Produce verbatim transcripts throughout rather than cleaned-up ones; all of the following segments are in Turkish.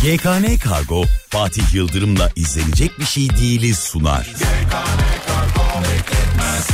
G K N Kargo Fatih Yıldırım'la izlenecek bir şey değiliz sunar. G K N Kargo bekletmez.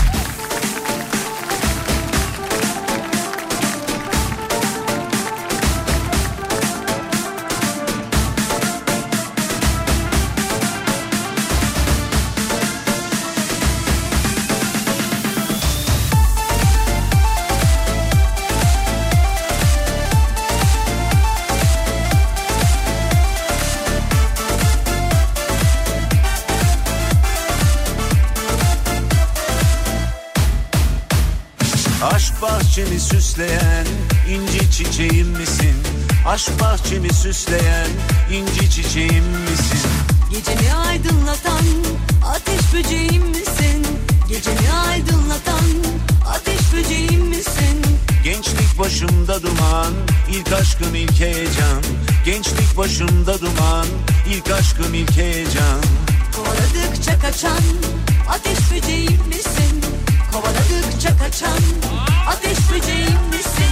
Bahçemi süsleyen inci çiçeğim misin? Aşk bahçemi süsleyen inci çiçeğim misin? Gecemi aydınlatan ateş böceğim misin? Gecemi aydınlatan ateş böceğim misin? Gençlik başımda duman, ilk aşkım ilk heyecan. Gençlik başımda duman, ilk aşkım ilk heyecan. Kovaladıkça kaçan ateş böceğim misin? Kovaladıkça kaçan ateş böceğim misin?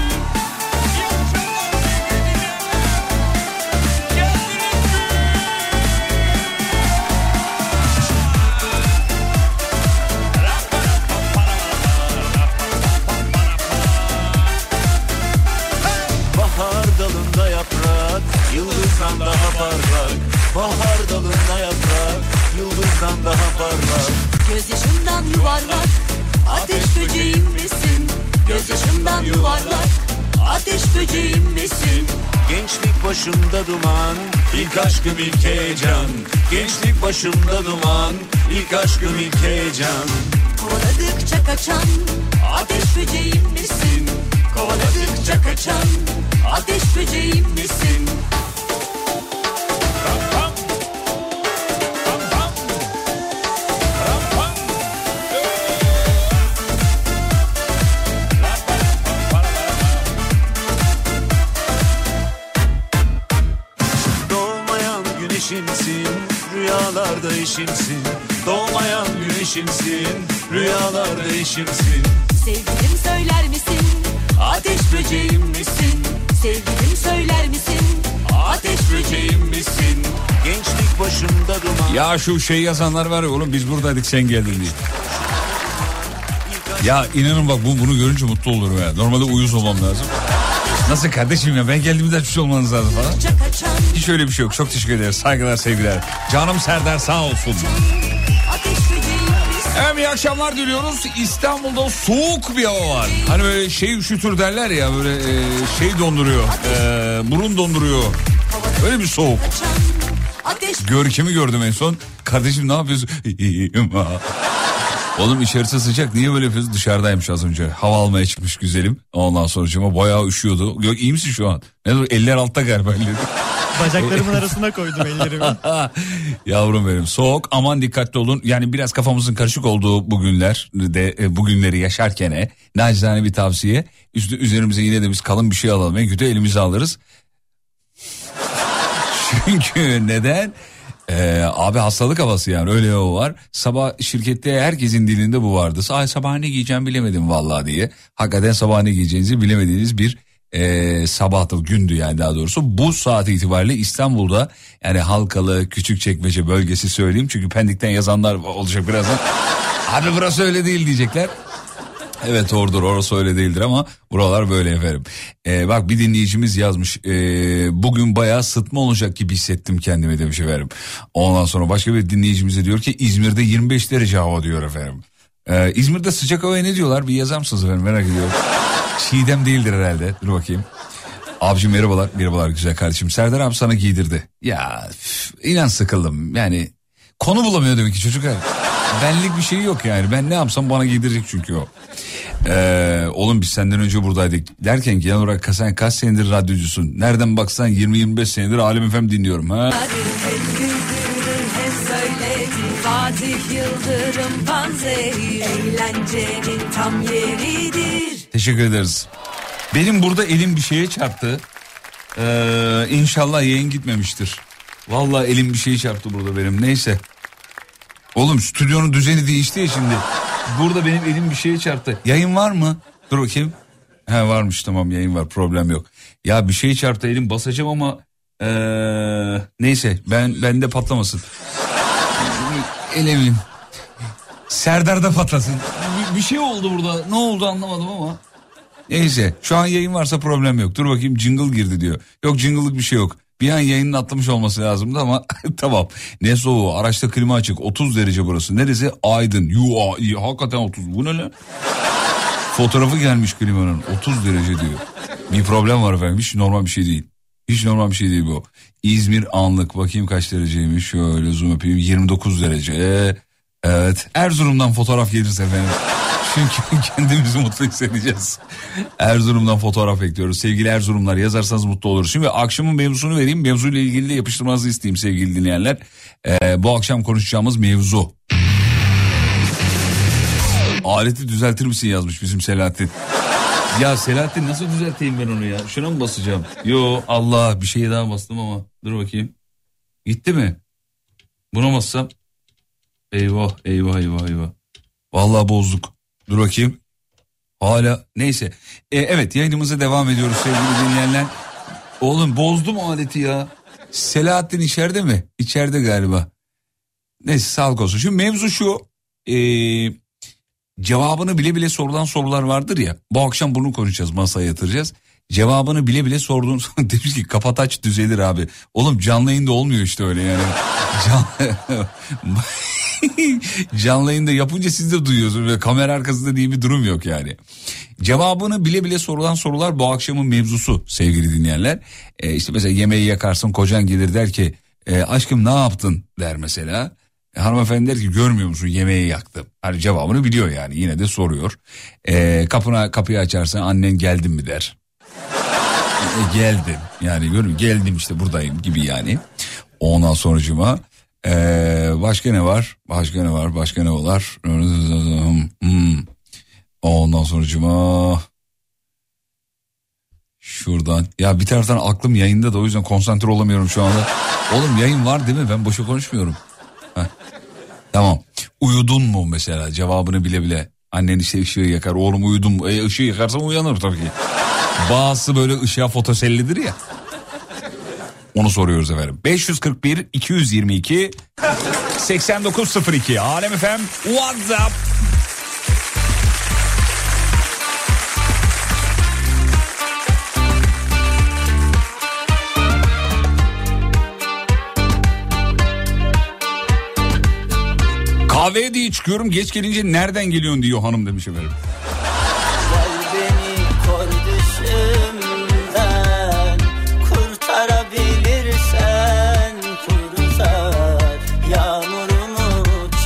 Bahar dalında yaprak, yıldızdan daha parlak. Bahar dalında yaprak, yıldızdan daha parlak. Gözyaşımdan yuvarlak ateş böceğim misin? Gözyaşımdan yuvarlak ateş böceğim misin? Gençlik başımda duman, ilk aşkım ilk heyecan. Gençlik başımda duman, ilk aşkım ilk heyecan. Kovaladıkça kaçan ateş böceğim misin? Kovaladıkça kaçan ateş böceğim misin? Güneşimsin, rüyalarda eşimsin. Doğmayan güneşimsin, rüyalarda eşimsin. Sevgilim söyler misin? Ateş böceğim misin? Sevgilim söyler misin? Ateş böceğim misin? Gençlik başımda duman. Ya şu şey yazanlar var ya oğlum, biz buradaydık sen geldin diye. Ya inanın bak bu, bunu görünce mutlu olurum ya. Normalde uyuz olmam lazım. Nasıl kardeşim ya, ben geldiğimde hiçbir şey olmanız lazım falan. Hiç öyle bir şey yok. Çok teşekkür ederiz. Saygılar, sevgiler. Canım Serdar sağ olsun. Evet, iyi akşamlar diliyoruz. İstanbul'da soğuk bir hava var. Hani böyle şey üşütür derler ya, böyle e, şey donduruyor. E, burun donduruyor. Öyle bir soğuk. Görkem'i gördüm en son. Kardeşim ne yapıyorsun? Oğlum içerisi sıcak, niye böyle yapıyorsun? Dışarıdaymış az önce. Hava almaya çıkmış güzelim. Ondan sonra bayağı üşüyordu. Yok, iyi misin şu an? Ne dur, eller altta galiba. Bacaklarımın arasına koydum ellerimi. Yavrum benim, soğuk, aman dikkatli olun. Yani biraz kafamızın karışık olduğu bugünler de, bugünleri yaşarken nacizane bir tavsiye. Üstü, üzerimize yine de biz kalın bir şey alalım. En kötü elimize alırız. Çünkü neden? Ee, abi hastalık havası yani, öyle o var. Sabah şirkette herkesin dilinde bu vardı. Ay sabah ne giyeceğim bilemedim vallahi diye. Hakikaten sabah ne giyeceğinizi bilemediğiniz bir e, sabahtı, gündü yani daha doğrusu. Bu saat itibariyle İstanbul'da, yani Halkalı, Küçükçekmece bölgesi söyleyeyim. Çünkü Pendik'ten yazanlar olacak birazdan. Abi burası öyle değil diyecekler. Evet doğrudur, orası öyle değildir ama buralar böyle efendim. Ee, bak bir dinleyicimiz yazmış. Ee, bugün bayağı sıtma olacak gibi hissettim kendimi demiş efendim. Ondan sonra başka bir dinleyicimiz de diyor ki İzmir'de yirmi beş derece hava diyor efendim. Ee, İzmir'de sıcak havaya ne diyorlar, bir yazar mısınız efendim, merak ediyorum. Çiğdem değildir herhalde, dur bakayım. Abicim merhabalar, merhabalar güzel kardeşim. Serdar abi sana giydirdi. Ya üf, inan sıkıldım yani, konu bulamıyor demek ki çocuklar. Benlik bir şey yok yani, ben ne yapsam bana giydirecek çünkü o. Ee, oğlum biz senden önce buradaydık derken genel olarak sen kaç senedir radyocusun? Nereden baksan yirmi yirmi beş senedir Alem F M dinliyorum ha. Fatih Yıldırım panzehir, eğlencenin tam yeridir. Teşekkür ederiz. Benim burada elim bir şeye çarptı. Ee, İnşallah yayın gitmemiştir. Vallahi elim bir şeye çarptı burada benim, neyse. Oğlum stüdyonun düzeni değişti ya şimdi. Burada benim elim bir şeye çarptı. Yayın var mı? Dur bakayım. He varmış, tamam yayın var, problem yok. Ya bir şey çarptı elim, basacağım ama ee, Neyse ben bende patlamasın. Elemin. Serdar'da patlasın. Bir, bir şey oldu burada. Ne oldu anlamadım ama. Neyse şu an yayın varsa problem yok. Dur bakayım, jingle girdi diyor. Yok, jingle'lık bir şey yok. Bir an yayının atlamış olması lazımdı ama tamam. Ne soğuğu, araçta klima açık, otuz derece burası. Neresi? Aydın. Yuh, iyi, hakikaten otuz. Bu ne lan? Fotoğrafı gelmiş klimanın, otuz derece diyor. Bir problem var efendim, hiç normal bir şey değil. Hiç normal bir şey değil bu. İzmir anlık, bakayım kaç dereceymiş, şöyle zoom yapayım, yirmi dokuz derece. Ee, evet, Erzurum'dan fotoğraf gelirse efendim. Çünkü kendimizi mutlu hissedeceğiz. Erzurum'dan fotoğraf bekliyoruz. Sevgili Erzurumlar, yazarsanız mutlu oluruz. Şimdi akşamın mevzusunu vereyim. Mevzuyla ilgili de yapıştırmanızı isteyeyim sevgili dinleyenler. Ee, bu akşam konuşacağımız mevzu. Aleti düzeltir misin yazmış bizim Selahattin. Ya Selahattin, nasıl düzelteyim ben onu ya? Şuna mı basacağım? Yo, Allah, bir şeye daha bastım ama. Dur bakayım. Gitti mi? Buna bassam. Eyvah eyvah eyvah eyvah. Vallahi bozduk. Dur bakayım. Hala neyse. Ee, evet, yayınımıza devam ediyoruz sevgili dinleyenler. Oğlum bozdum aleti ya. Selahattin içeride mi? İçeride galiba. Neyse, sağlık olsun. Şimdi mevzu şu. Eee... Cevabını bile bile sorulan sorular vardır ya. Bu akşam bunu konuşacağız, masaya yatıracağız. Cevabını bile bile sorduğun demiş ki kapataç düzelir abi. Oğlum canlı yayında olmuyor işte öyle yani. Canlı, canlı yayında yapınca siz de duyuyorsunuz ve kamera arkasında diye bir durum yok yani. Cevabını bile bile sorulan sorular bu akşamın mevzusu sevgili dinleyenler. Ee, işte mesela yemeği yakarsın, kocan gelir der ki e, aşkım ne yaptın der mesela. Hanımefendi der ki görmüyor musun, yemeği yaktım. Hani cevabını biliyor yani, yine de soruyor. Ee, kapına kapıyı açarsan annen geldin mi der. E, geldim yani, görüyor musun? Geldim işte, buradayım gibi yani. Ondan sonracığıma ee, başka ne var? Başka ne var? Başka ne var? Hmm. Ondan sonracığıma şuradan. Ya bir taraftan aklım yayında da, o yüzden konsantre olamıyorum şu anda. Oğlum yayın var değil mi? Ben boşa konuşmuyorum. Heh. Tamam. Uyudun mu mesela, cevabını bile bile. Annen işte ışığı yakar. Oğlum uyudun mu? E, ışığı yakarsam uyanır tabii ki. Bazısı böyle ışığa fotosellidir ya. Onu soruyoruz efendim. beş yüz kırk bir iki yüz yirmi iki seksen dokuz sıfır iki Alem F M WhatsApp. Kahveye diye çıkıyorum, geç gelince nereden geliyorsun diyor hanım demiş efendim. Gel beni kor düşümden, kurtarabilirsen kurtar. Yağmurumu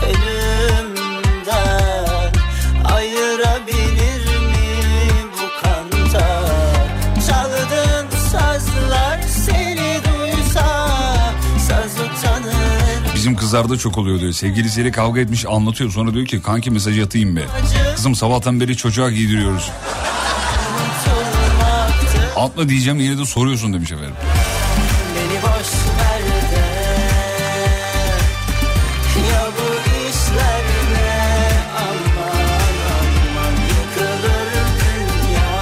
çölümden, ayırabilir mi bu kantar? Çaldığın sazlar seni duysa, saz utanır. Bizim kızlarda çok oluyor diyor. Sevgilisiyle kavga etmiş, anlatıyor. Sonra diyor ki kanki mesajı atayım be. Kızım sabahtan beri çocuğa giydiriyoruz. Atma diyeceğim, yine de soruyorsun demiş efendim. Beni boş ver de, ya bu işler ne, aman aman yıkılır dünya.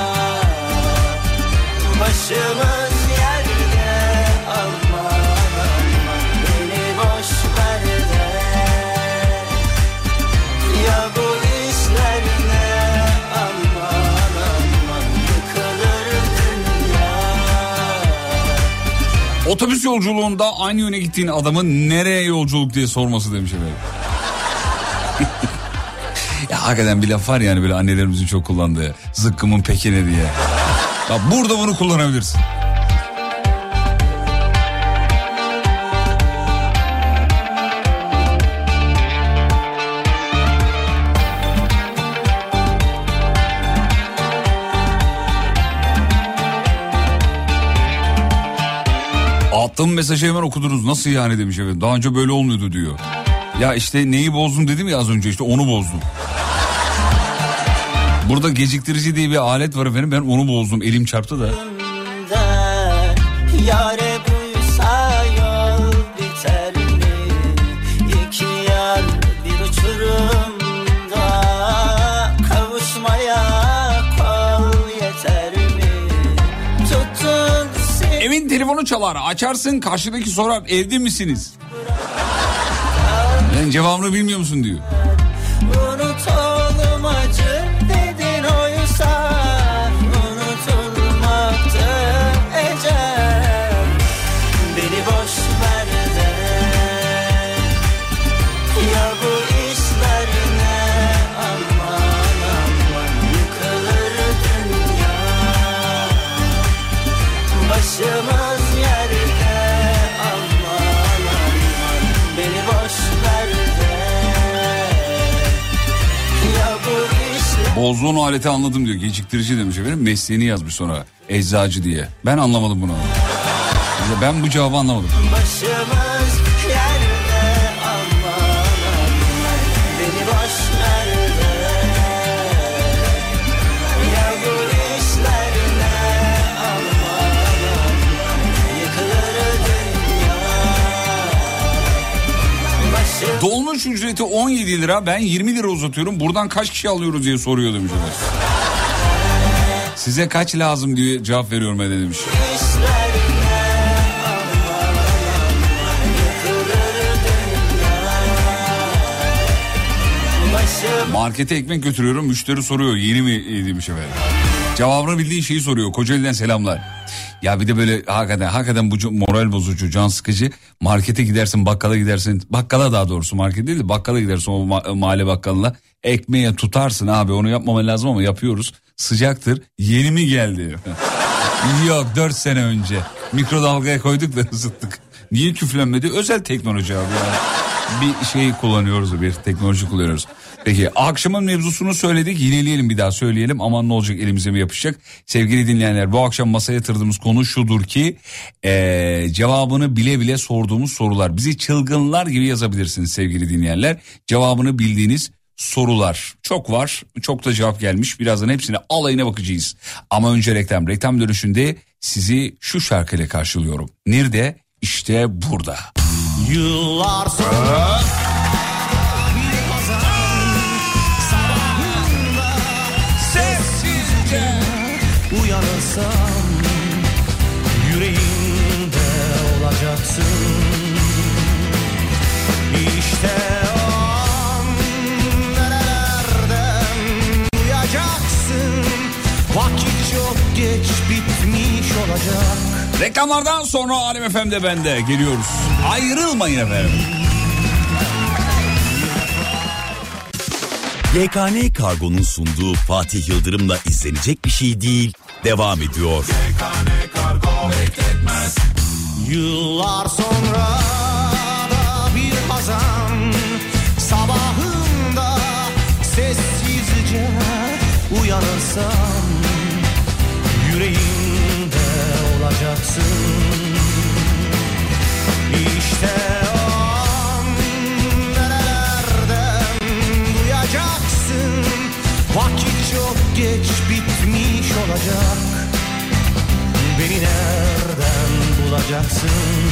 Başımız yerde, aman aman beni boş ver de, ya bu işler ne, aman aman yıkılır dünya. Otobüs yolculuğunda aynı yöne gittiğin adamın nereye yolculuk diye sorması demiş efendim. Ya hakikaten bir laf var yani, böyle annelerimizin çok kullandığı, zıkkımın pekine diye. Ya burada bunu kullanabilirsin. Attığım mesajı hemen okudunuz. Nasıl yani demiş efendim. Daha önce böyle olmuyordu diyor. Ya işte neyi bozdum dedim ya az önce, işte onu bozdum. Burada geciktirici diye bir alet var efendim. Ben onu bozdum. Elim çarptı da. Yare buysa yol biter mi? İki yar bir uçurumda, kavuşmaya kol yeter mi? Tuttun seni. Evin telefonu çalar, açarsın, karşıdaki sorar evde misiniz? Ben cevabını bilmiyor musun diyor. Unutalım acı dedin oysa, unutulmaktı ecel. Beni boş ver de, ya bu işler ne, aman aman yıkılır dünya. Başımız yerde, aman aman beni boş ver de, ya bu işler. Bozduğun aleti anladım diyor. Geciktirici demiş efendim. Mesleğini yazmış sonra. Eczacı diye. Ben anlamadım bunu. Ben bu cevabı anlamadım. Başımız yerde, aman aman beni boş ver de, ya bu işler ne, aman aman yıkılır dünya. Başım... Dolmuş ücreti on yedi lira. Ben yirmi lira uzatıyorum. Buradan kaç kişi alıyoruz diye soruyor demiş efendim. Size kaç lazım diye cevap veriyorum ben demiş. Markete ekmek götürüyorum, müşteri soruyor yeni mi demiş efendim. Cevabını bildiğin şeyi soruyor. Kocaeli'den selamlar. Ya bir de böyle hakikaten hakikaten bu moral bozucu, can sıkıcı. Markete gidersin, bakkala gidersin. Bakkala daha doğrusu, market değil de bakkala gidersin, o ma- mahalle bakkalına. Ekmeğe tutarsın abi, onu yapmaman lazım ama yapıyoruz. Sıcaktır, yeni mi geldi? Yok, dört sene önce. Mikrodalgaya koyduk da ısıttık. Niye küflenmedi? Özel teknoloji abi ya. Bir şey kullanıyoruz, bir teknoloji kullanıyoruz. Peki akşamın mevzusunu söyledik, yineleyelim, bir daha söyleyelim. Aman ne olacak, elimize mi yapışacak? Sevgili dinleyenler, bu akşam masaya yatırdığımız konu şudur ki ee, cevabını bile bile sorduğumuz sorular. Bizi çılgınlar gibi yazabilirsiniz sevgili dinleyenler. Cevabını bildiğiniz sorular çok var, çok da cevap gelmiş. Birazdan hepsine alayına bakacağız. Ama önce reklam, reklam dönüşünde sizi şu şarkıyla karşılıyorum. Nerede? İşte burada. Yıllar sonra bir pazar sabahında sessizce uyanırsam yüreğimde olacaksın. İşte o an nerelerden duyacaksın. Vakit çok geç bitmiş olacak. Reklamlardan sonra Alem F M'de bende geliyoruz. Ayrılmayın efendim. Y K N Kargo'nun sunduğu Fatih Yıldırım'la izlenecek bir şey değil devam ediyor. Y K N Kargo bekletmez. Yıllar sonra da bir hazan sabahında sessizce uyanırsam yüreğimde olacaksın. İşte o an nerelerden duyacaksın. Vakit çok geç bitmiş olacak. Beni nereden bulacaksın?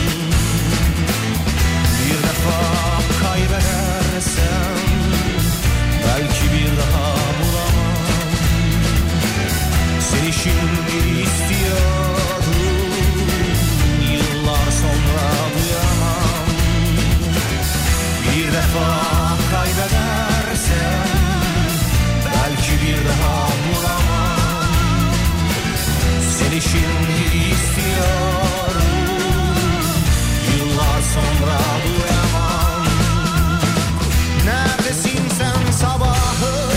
Bir defa kaybedersem belki bir daha bulamam. Seni şimdi istiyorum, yıllar sonra duyamam. Bir defa kaybedersem belki bir daha bulamam. Seni şimdi istiyorum, yıllar sonra duyamam. Neredesin sen sabahım,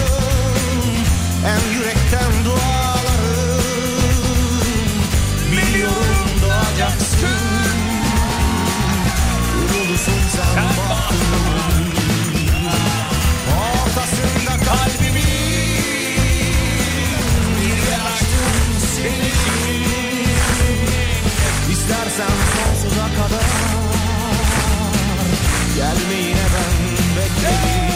en yürekten dualarım. Biliyorum doğacaksın, umulusun sen bahtımın. Ortasında kalbimin bir yer açtım senin için. İstersen sonsuza kadar gelme yine, ben bekledim.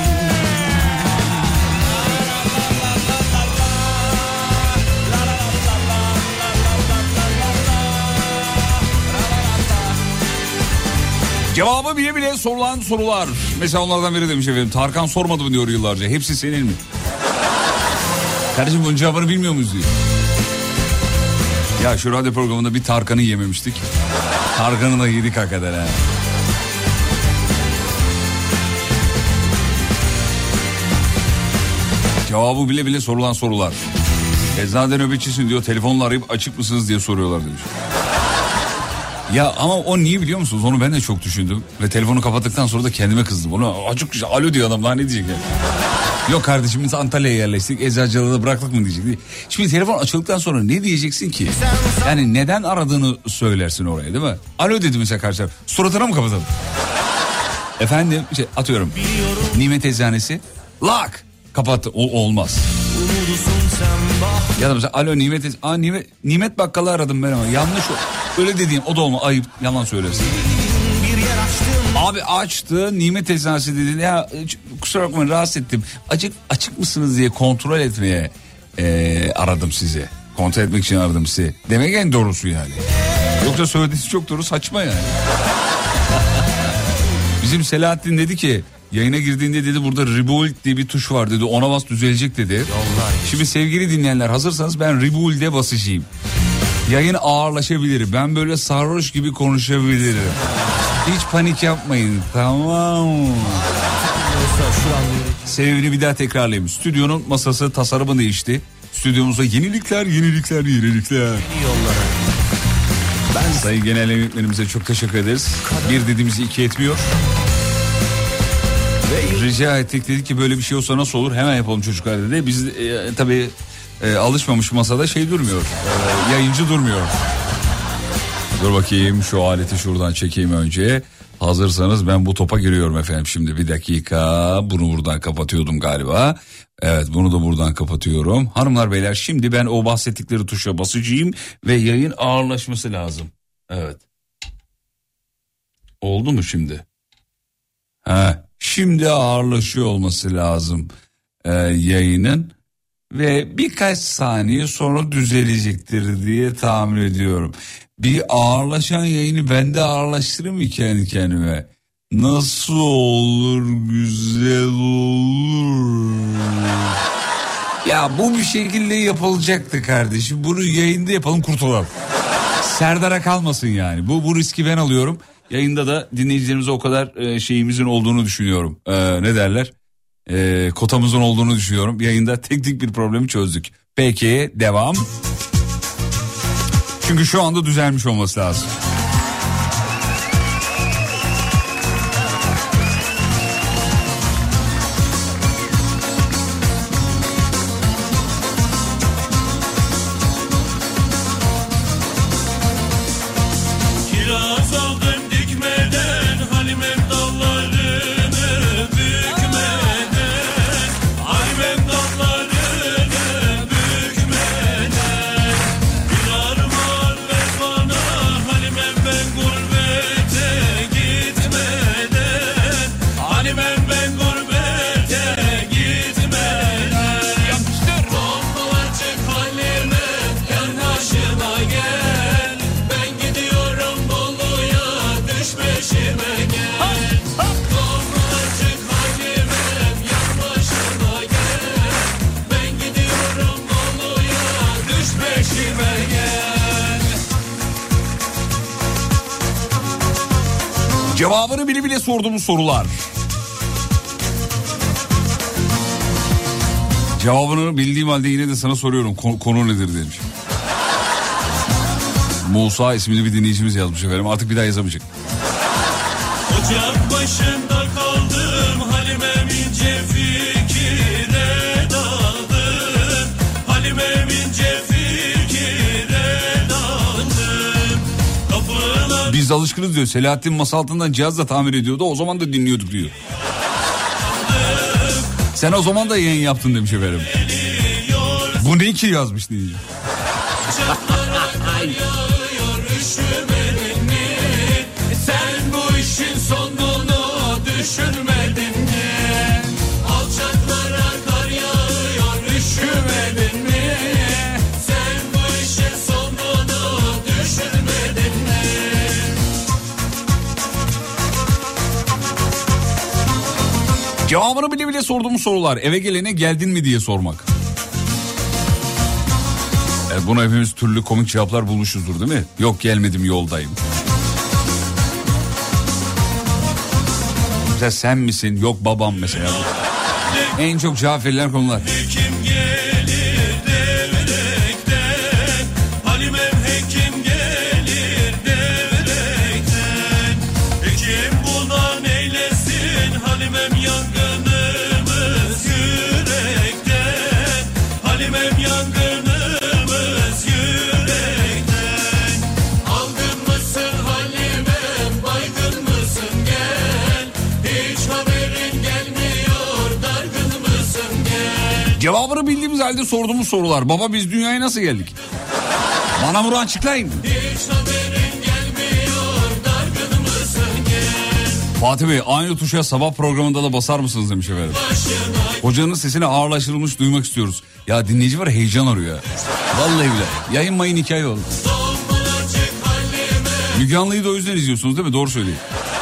Cevabı bile bile sorulan sorular. Mesela onlardan biri demiş efendim. Tarkan sormadı mı diyor yıllarca. Hepsi senin mi? Kardeşim bunun cevabını bilmiyor muyuz diyor. Ya şu radyo programında bir Tarkan'ı yememiştik. Tarkan'ı da yedik hakikaten ha. Cevabı bile bile sorulan sorular. Eczaneden nöbetçisin diyor, telefonla arayıp açık mısınız diye soruyorlar demiş. Ya ama o niye biliyor musunuz? Onu ben de çok düşündüm. Ve telefonu kapattıktan sonra da kendime kızdım. Ona açık güzel alo diyor adam, daha ne diyecek yani? Yok kardeşim biz Antalya'ya yerleştik, eczacılığı da bıraktık mı diyecek. Şimdi telefon açıldıktan sonra ne diyeceksin ki? Yani neden aradığını söylersin oraya, değil mi? Alo dedi mesela karşı taraf. Suratına mı kapatalım? Efendim şey, atıyorum. Nimet Eczanesi. Lak. Kapattı. O olmaz. Ya da mesela alo Nimet Eczanesi. Aa Nimet, Nimet Bakkal'ı aradım ben ama yanlış o. Öyle dediğim o da olma, ayıp, yalan söylersin. Abi açtı Nimet Eczanesi dedi. Ya kusura bakmayın rahatsız ettim. Açık açık mısınız diye kontrol etmeye e, aradım sizi. Kontrol etmek için aradım sizi. Demek en doğrusu yani. Yoksa söylediğiniz çok doğru, saçma yani. Bizim Selahattin dedi ki yayına girdiğinde dedi burada Reboot diye bir tuş var dedi. Ona bas düzelecek dedi. Şimdi sevgili dinleyenler hazırsanız ben Reboot'e basacağım. Yayın ağırlaşabilir. Ben böyle sarhoş gibi konuşabilirim. Hiç panik yapmayın, tamam. Sebebini bir daha tekrarlayayım. Stüdyonun masası tasarımı değişti. Stüdyomuza yenilikler, yenilikler, yenilikler. Ben Sayın Genel Yönetmenimize çok teşekkür ederiz. Bir dediğimizi iki etmiyor. Rica ettik, dedik ki böyle bir şey olsa nasıl olur, hemen yapalım çocuklar dedi. Biz e, tabii e, alışmamış masada şey durmuyor, e, yayıncı durmuyor. Dur bakayım şu aleti şuradan çekeyim önce. Hazırsanız ben bu topa giriyorum efendim şimdi, bir dakika. Bunu buradan kapatıyordum galiba. Evet, bunu da buradan kapatıyorum. Hanımlar beyler, şimdi ben o bahsettikleri tuşa basacağım ve yayın ağırlaşması lazım. Evet. Oldu mu şimdi? Ha, şimdi ağırlaşıyor olması lazım e, yayının. Ve birkaç saniye sonra düzelecektir diye tahmin ediyorum. Bir ağırlaşan yayını ben de ağırlaştırırım mı kendi kendime? Nasıl olur, güzel olur. Ya bu bir şekilde yapılacaktı kardeşim. Bunu yayında yapalım, kurtulalım. Serdar'a kalmasın yani. Bu, bu riski ben alıyorum. Yayında da dinleyicilerimize o kadar e, şeyimizin olduğunu düşünüyorum. E, ne derler? E, kotamızın olduğunu düşünüyorum. Yayında teknik bir problemi çözdük. Peki devam. Çünkü şu anda düzelmiş olması lazım. Cevabını bile bile sorduğumuz sorular. Cevabını bildiğim halde yine de sana soruyorum. Konu, konu nedir demiş. Musa ismini bir dinleyicimiz yazmış efendim. Artık bir daha yazamayacak. Ocak başında kaldım, Halimem ince fikire daldım. Halimem ince fikire daldım. Kapılar... Biz alışkınız diyor. Selahattin masa altından cihazla tamir ediyordu. O zaman da dinliyorduk diyor. Sen o zaman da yayın yaptın demiş efendim. Bu ne ki yazmış diyeceğim. Sen bu işin sonunu düşünmedin mi? Alçaklara kar yağıyor, üşümedin mi? Sen bu işin sonunu düşünmedin mi? Cevabını bile bile sorduğumuz sorular. Eve gelene geldin mi diye sormak. E, buna hepimiz türlü komik cevaplar bulmuşuzdur değil mi? Yok gelmedim yoldayım. Mesela sen misin? Yok babam mesela. En çok cevap verilen konular. Hekim gelir devrekten, Halimem hekim gelir devrekten. Hekim buna neylesin, Halimem yangınımız yürekten. Halimem yangınımız yürekten. Algın mısın Halimem, baygın mısın gel. Hiç haberin gelmiyor, dargın mısın gel. Cevabını bildiğimiz halde sorduğumuz sorular. Baba biz dünyaya nasıl geldik? Bana bunu açıklayın. Hiç haberin gelmiyor, dargın mısın gel. Fatih Bey aynı tuşa sabah programında da basar mısınız demiş efendim. Hocanın sesini ağırlaştırılmış duymak istiyoruz. Ya dinleyici var heyecan arıyor ya. Vallahi bile. Yayın mayın hikaye oldu. Müge Anlı'yı da o yüzden izliyorsunuz değil mi? Doğru söyleyin.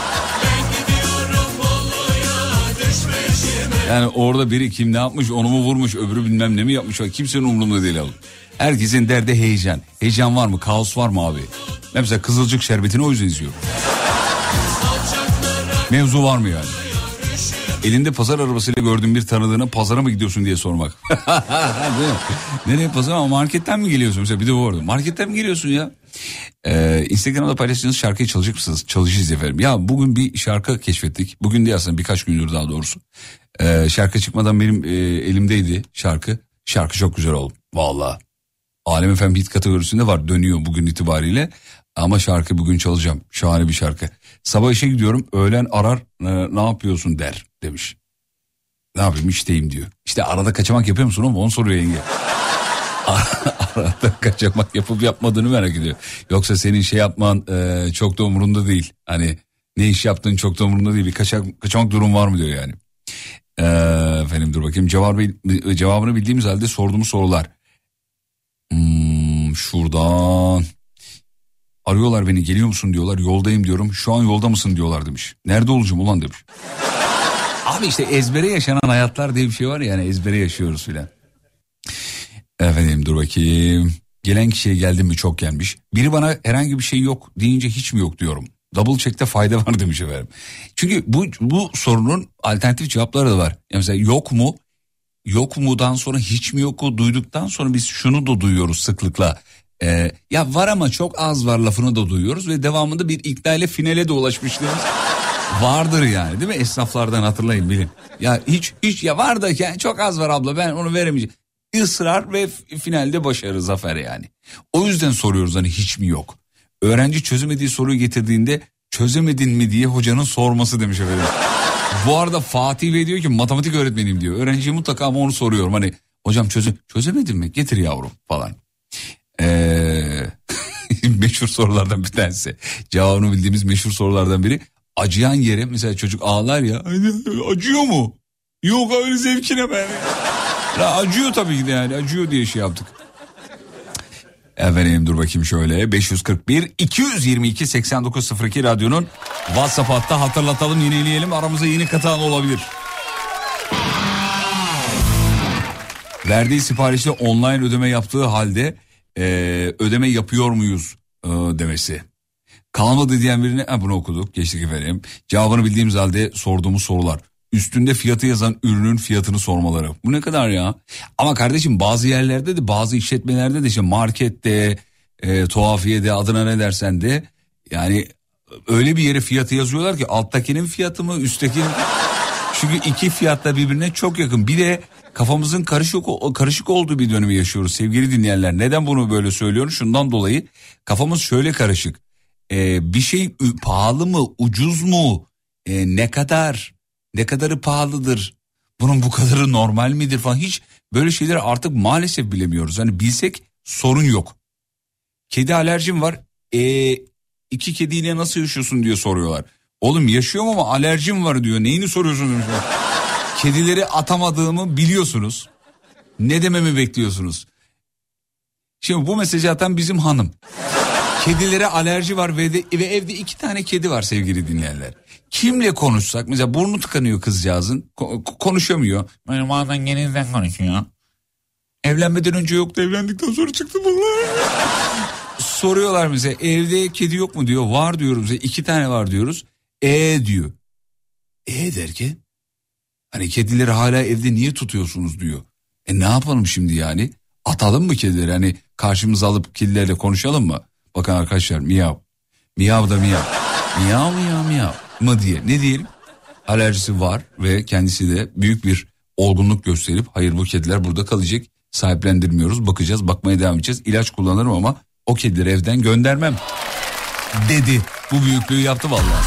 Yani orada biri kim ne yapmış, onu mu vurmuş, öbürü bilmem ne mi yapmış. Kimsenin umurunda değil abi. Herkesin derdi heyecan. Heyecan var mı? Kaos var mı abi? Ben mesela Kızılcık Şerbeti'ni o yüzden izliyorum. Mevzu var mı yani? Elinde pazar arabasıyla gördüğün bir tanıdığına pazara mı gidiyorsun diye sormak. Değil mi? Nereye pazar ama marketten mi geliyorsun? Mesela bir de bu orada. Marketten mi geliyorsun ya? Ee, Instagram'da paylaştığınız şarkıyı çalacak mısınız? Çalışacağız efendim. Ya bugün bir şarkı keşfettik. Bugün değil aslında birkaç gündür daha doğrusu. Ee, şarkı çıkmadan benim e, elimdeydi şarkı. Şarkı çok güzel oldu. Vallahi. Alem Efem hit kategorisinde var. Dönüyor bugün itibariyle. Ama şarkı bugün çalacağım. Şahane bir şarkı. Sabah işe gidiyorum. Öğlen arar e, ne yapıyorsun der demiş. Ne yapayım işteyim diyor. İşte arada kaçamak yapıyor musun oğlum? Onu soruyor yenge. Arada kaçamak yapıp yapmadığını merak ediyor. Yoksa senin şey yapman e, çok da umurunda değil. Hani ne iş yaptığın çok da umurunda değil. Bir kaçak, kaçamak durum var mı diyor yani. E, efendim dur bakayım. Cevabı, cevabını bildiğimiz halde sorduğumuz sorular. Hmm, şuradan... Arıyorlar beni, geliyor musun diyorlar, yoldayım diyorum. Şu an yolda mısın diyorlar demiş. Nerede olacağım ulan demiş. Abi işte ezbere yaşanan hayatlar diye bir şey var ya, yani ezbere yaşıyoruz filan. Efendim dur bakayım. Gelen kişiye geldim mi çok gelmiş. Biri bana herhangi bir şey yok deyince hiç mi yok diyorum. Double check'te fayda var demiş efendim. Çünkü bu bu sorunun alternatif cevapları da var. Yani mesela yok mu? Yok mu'dan sonra hiç mi yoku duyduktan sonra biz şunu da duyuyoruz sıklıkla. Ee, ya var ama çok az var lafını da duyuyoruz ve devamında bir ikna ile finale de ulaşmışlığımız vardır yani, değil mi? Esnaflardan hatırlayın bilin. Ya hiç hiç ya var da yani çok az var abla ben onu veremeyeceğim. Israr ve finalde başarı, zafer yani. O yüzden soruyoruz hani hiç mi yok. Öğrenci çözemediği soruyu getirdiğinde çözemedin mi diye hocanın sorması demiş efendim. Bu arada Fatih Bey diyor ki matematik öğretmeniyim diyor. Öğrenciye mutlaka ama onu soruyorum hani hocam çözüm çözemedin mi getir yavrum falan. Ee, meşhur sorulardan bir tanesi. Cevabını bildiğimiz meşhur sorulardan biri. Acıyan yere mesela çocuk ağlar ya. Acıyor mu? Yok öyle zevkine ben. Ya, acıyor tabii ki de yani. Acıyor diye şey yaptık. Efendim dur bakayım şöyle. beş yüz kırk bir iki yüz yirmi iki seksen dokuz sıfır iki radyonun WhatsApp hattı, hatırlatalım, yineleyelim. Aramıza yeni katılan olabilir. Verdiği siparişle online ödeme yaptığı halde Ee, ödeme yapıyor muyuz ee, demesi. Kalmadı diyen birine ha, bunu okuduk geçtik efendim. Cevabını bildiğimiz halde sorduğumuz sorular. Üstünde fiyatı yazan ürünün fiyatını sormaları. Bu ne kadar ya? Ama kardeşim bazı yerlerde de bazı işletmelerde de işte markette, e, tuhafiyede adına ne dersen de yani öyle bir yere fiyatı yazıyorlar ki alttakinin fiyatı mı üsttekinin. Çünkü iki fiyat da birbirine çok yakın. Bir de kafamızın karışık karışık olduğu bir dönemi yaşıyoruz sevgili dinleyenler. Neden bunu böyle söylüyorum? Şundan dolayı kafamız şöyle karışık. Ee, bir şey pahalı mı, ucuz mu, ee, ne kadar, ne kadarı pahalıdır, bunun bu kadarı normal midir falan, hiç böyle şeyleri artık maalesef bilemiyoruz. Hani bilsek sorun yok. Kedi alerjim var, ee, iki kediyle nasıl yaşıyorsun diye soruyorlar. Oğlum yaşıyorum ama alerjim var diyor. Neyini soruyorsunuz demiş. Kedileri atamadığımı biliyorsunuz. Ne dememi bekliyorsunuz? Şimdi bu mesajı atan bizim hanım. Kedilere alerji var ve, de, ve evde iki tane kedi var sevgili dinleyenler. Kimle konuşsak mesela burnu tıkanıyor kızcağızın, ko- konuşamıyor. Böyle bazen genizden konuşuyor. Evlenmeden önce yoktu, evlendikten sonra çıktı bunlar. Soruyorlar mesela evde kedi yok mu diyor. Var diyorum size, iki tane var diyoruz. E diyor. E derken hani kedileri hala evde niye tutuyorsunuz diyor. E ne yapalım şimdi yani? Atalım mı kedileri? Hani karşımıza alıp kedilerle konuşalım mı? Bakın arkadaşlar miyav. Miyav da miyav. Miyav miyav miyav mı diye. Ne diyelim? Alerjisi var ve kendisi de büyük bir olgunluk gösterip hayır bu kediler burada kalacak. Sahiplendirmiyoruz, bakacağız, bakmaya devam edeceğiz. İlaç kullanırım ama o kedileri evden göndermem dedi. Bu büyüklüğü yaptı vallahi.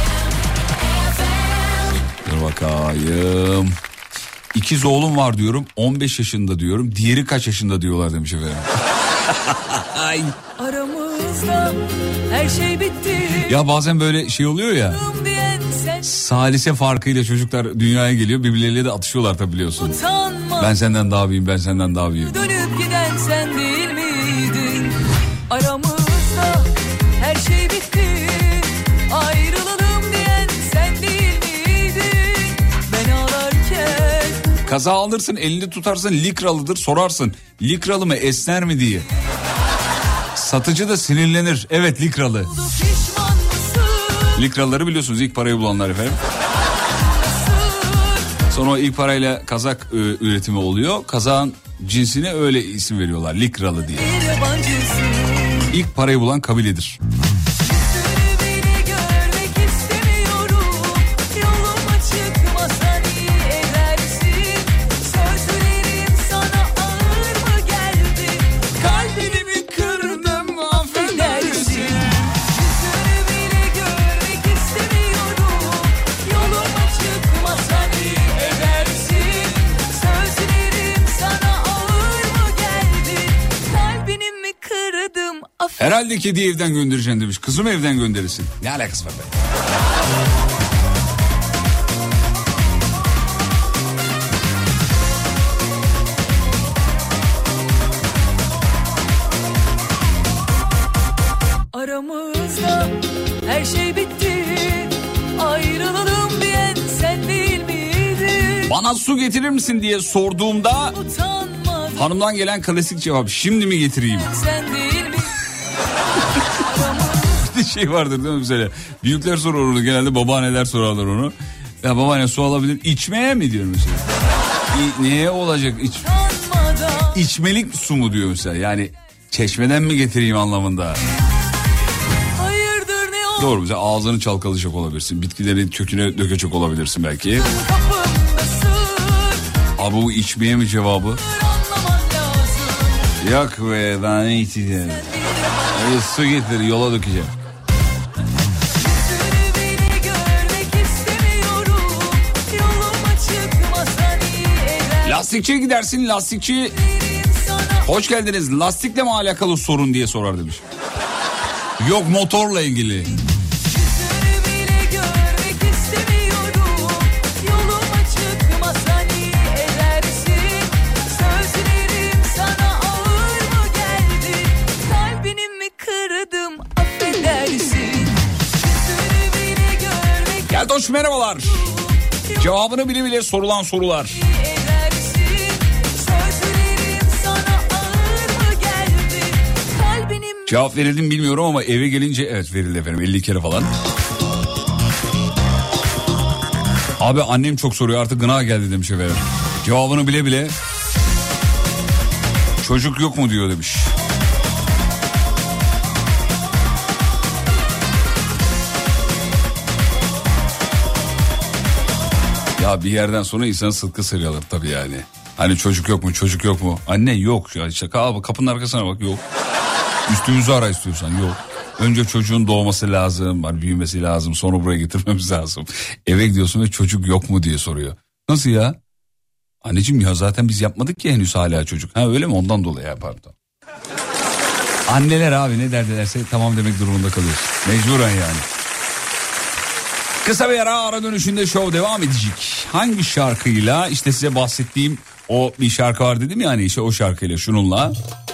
Dur bakayım. İkiz oğlum var diyorum, on beş yaşında diyorum. Diğeri kaç yaşında diyorlar demiş efendim. Ay. Aramızda her şey bitti. Ya bazen böyle şey oluyor ya. Salise farkıyla çocuklar dünyaya geliyor, birbirleriyle de atışıyorlar tabi biliyorsun. Utanma. Ben senden daha büyüğüm, ben senden daha büyüğüm. Dönüp giden sen değil miydin? Aramızda her şey bitti. Ayrılalım diyen sen değil miydin? Ben ağlarken. Kaza alırsın, elinde tutarsın, likralıdır, sorarsın. Likralı mı, esner mi diye. Satıcı da sinirlenir. Evet, likralı. Likraları biliyorsunuz, ilk parayı bulanlar efendim. Sonra o ilk parayla kazak e, üretimi oluyor. Kazağın cinsine öyle isim veriyorlar, likralı diye. İlk parayı bulan kabiledir. Herhalde kediyi evden göndereceksin demiş. Kızım evden gönderirsin. Ne alakası var be? Aramızda her şey bitti. Ayrılalım diyen sen değil miydin? Bana su getirir misin diye sorduğumda Utanmadım. hanımdan gelen klasik cevap, şimdi mi getireyim? Sen değil miydin? Bir şey vardır değil mi mesela? Büyükler sorar onu, genelde babaanneler sorarlar onu. Ya babaanne su alabilir, içmeye mi diyor mesela? İ, neye olacak? İç, içmelik su mu diyor mesela? Yani çeşmeden mi getireyim anlamında. Hayırdır ne oldu? Doğru, mesela ağzını çalkalayacak olabilirsin. Bitkilerin köküne dökecek olabilirsin belki. Abi bu içmeye mi cevabı? Yok be, ben ne içeceğim? Hadi su getir, yola dökeceğim. Lastikçiye gidersin, lastikçi hoş geldiniz, lastikle mi alakalı sorun diye sorar demiş. Yok, motorla ilgili. Geldoş merhabalar. Cevabını bile bile sorulan sorular. Cevap verildi mi bilmiyorum ama eve gelince evet verildi efendim, elli kere falan. Abi annem çok soruyor, artık gına geldi demiş efendim. Cevabını bile bile çocuk yok mu diyor demiş. Ya bir yerden sonra insanın sıtkı sıralır tabii yani. Hani çocuk yok mu, çocuk yok mu? Anne yok ya, işte kapının arkasına bak, yok. Üstümüzü ara istiyorsan, yok. Önce çocuğun doğması lazım, var büyümesi lazım, sonra buraya getirmemiz lazım. Eve gidiyorsun ve çocuk yok mu diye soruyor. Nasıl ya? Anneciğim ya zaten biz yapmadık ki henüz hala çocuk. Ha öyle mi, ondan dolayı ya, pardon. Anneler abi ne derlerse tamam demek durumunda kalıyorsun. Mecburen yani. Kısa bir ara, ara dönüşünde show devam edecek. Hangi şarkıyla? İşte size bahsettiğim o bir şarkı var dedim ya hani, işte o şarkıyla, şununla.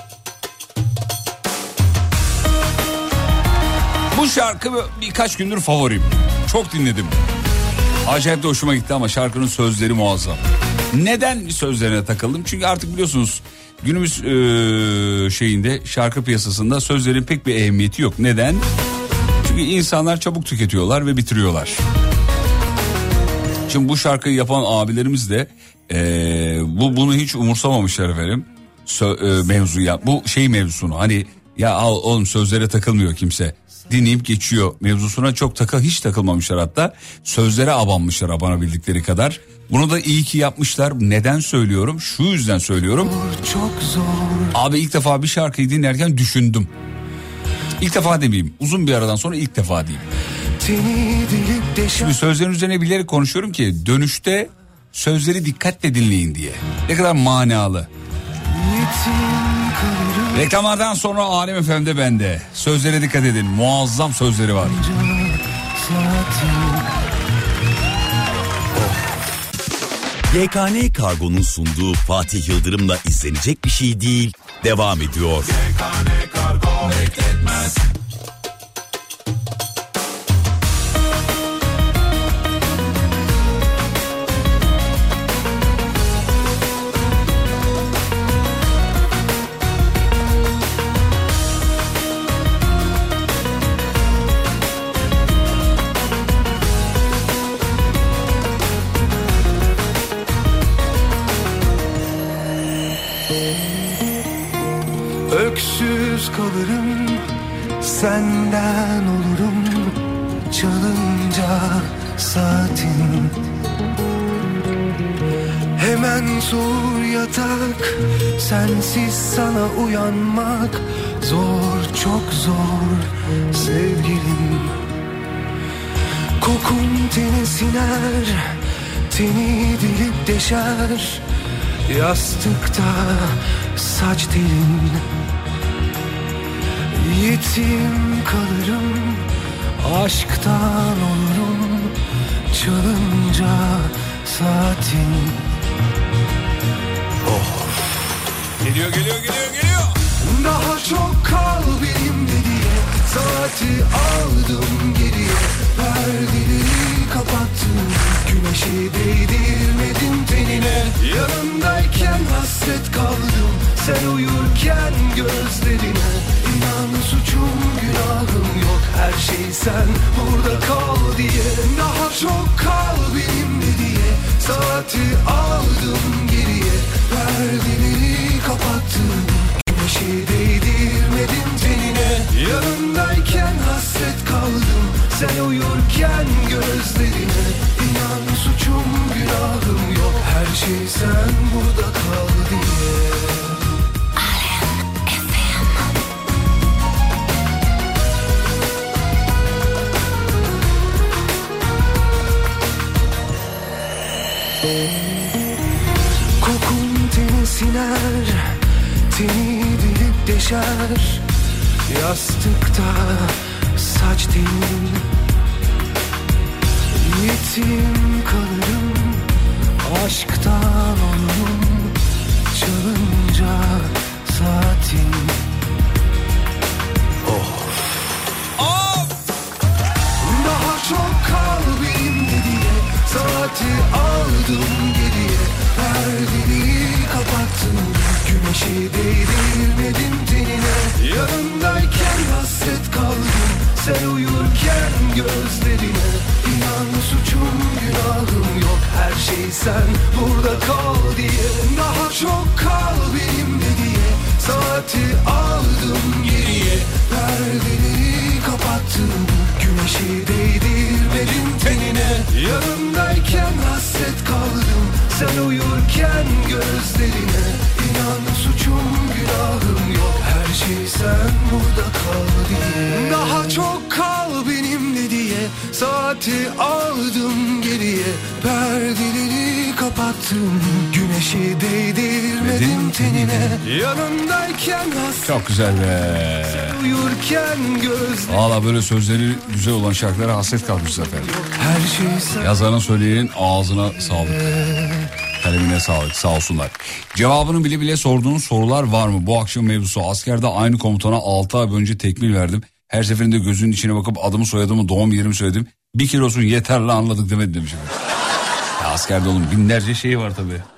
Bu şarkı birkaç gündür favorim. Çok dinledim. Acayip de hoşuma gitti ama şarkının sözleri muazzam. Neden sözlerine takıldım? Çünkü artık biliyorsunuz günümüz e, şeyinde şarkı piyasasında sözlerin pek bir ehemmiyeti yok. Neden? Çünkü insanlar çabuk tüketiyorlar ve bitiriyorlar. Şimdi bu şarkıyı yapan abilerimiz de e, bu bunu hiç umursamamışlar efendim. Sö, e, mevzuya bu şey mevzusunu hani ya al oğlum sözlere takılmıyor kimse. Dinleyip geçiyor mevzusuna çok takı hiç takılmamışlar, hatta sözlere abanmışlar abanabildikleri kadar. Bunu da iyi ki yapmışlar. Neden söylüyorum? Şu yüzden söylüyorum. Çok zor. Abi ilk defa bir şarkıyı dinlerken düşündüm. İlk defa demeyeyim, uzun bir aradan sonra ilk defa diyeyim. Şimdi sözlerin üzerine bilerek konuşuyorum ki dönüşte sözleri dikkatle dinleyin diye. Ne kadar manalı. Reklamlardan sonra Alem F M'de bende. Sözlere dikkat edin. Muazzam sözleri var. Y K N Kargo'nun sunduğu Fatih Yıldırım'la izlenecek bir şey değil devam ediyor. Y K N Kargo bekletmez. Öksüz kalırım, senden olurum, çalınca saatin. Hemen soğur yatak, sensiz sana uyanmak zor, çok zor sevgilim. Kokun teni siner, teni dilip deşer, yastıkta saç telin. Yetim kalırım, aşktan olurum, çalınca saatin. Oh. Geliyor geliyor geliyor geliyor. Daha çok kal benimle diye saati aldım geriye, perdeleri kapattım, güneşi değdirmedim tenine. Yanındayken hasret kaldım, sen uyurken gözlerine. İnan suçum günahım yok, her şey sen burada kal diye. Daha çok kal benimle diye saati aldım geriye, perdeleri kapattım, güneşi değdirmedim tenine. Yanındayken hasret kaldım, sen uyurken gözlerine. İnan suçum günahım yok, her şey sen burada kal diye. Kokun teni siner, teni dilip deşer, yastıkta saç telin. Yetim kalırım, aşktan olurum, çalınca saatin. Oh. Oh. Daha çok kal benimle diye saati aldım geriye, perdeleri kapattım, güneşi değdirmedim tenine. Yanındayken hasret kaldım, sen uyurken gözlerine. İnan suçum günahım yok, her şey sen burada kal diye. Daha çok kal benimle diye saati aldım geriye, perdeleri kapattım, güneşi değdirmedim tenine. Yanındayken hasret kaldım, sen uyurken gözlerine. İnan suçum günahım yok, her şey sen burada kal diye. Daha çok kal benimle diye saati aldım geriye, perdeleri kapattım, güneşi değdirmedim tenine. Yanındayken hasret. Çok güzel be. Uyurken gözlerine. Valla böyle sözleri güzel olan şarkılara hasret kalmış zaten. Her şey sen. Yazarın söyleyenin ağzına sağlık. Kalemine sağlık, sağ olsunlar. Cevabını bile bile sorduğunuz sorular var mı? Bu akşam mevzusu: askerde aynı komutana altı ay önce tekmil verdim. Her seferinde gözünün içine bakıp adımı soyadımı doğum yerimi söyledim. Bir kere olsun yeterli anladık demedi demişim. Ya askerde oğlum binlerce şey var tabii.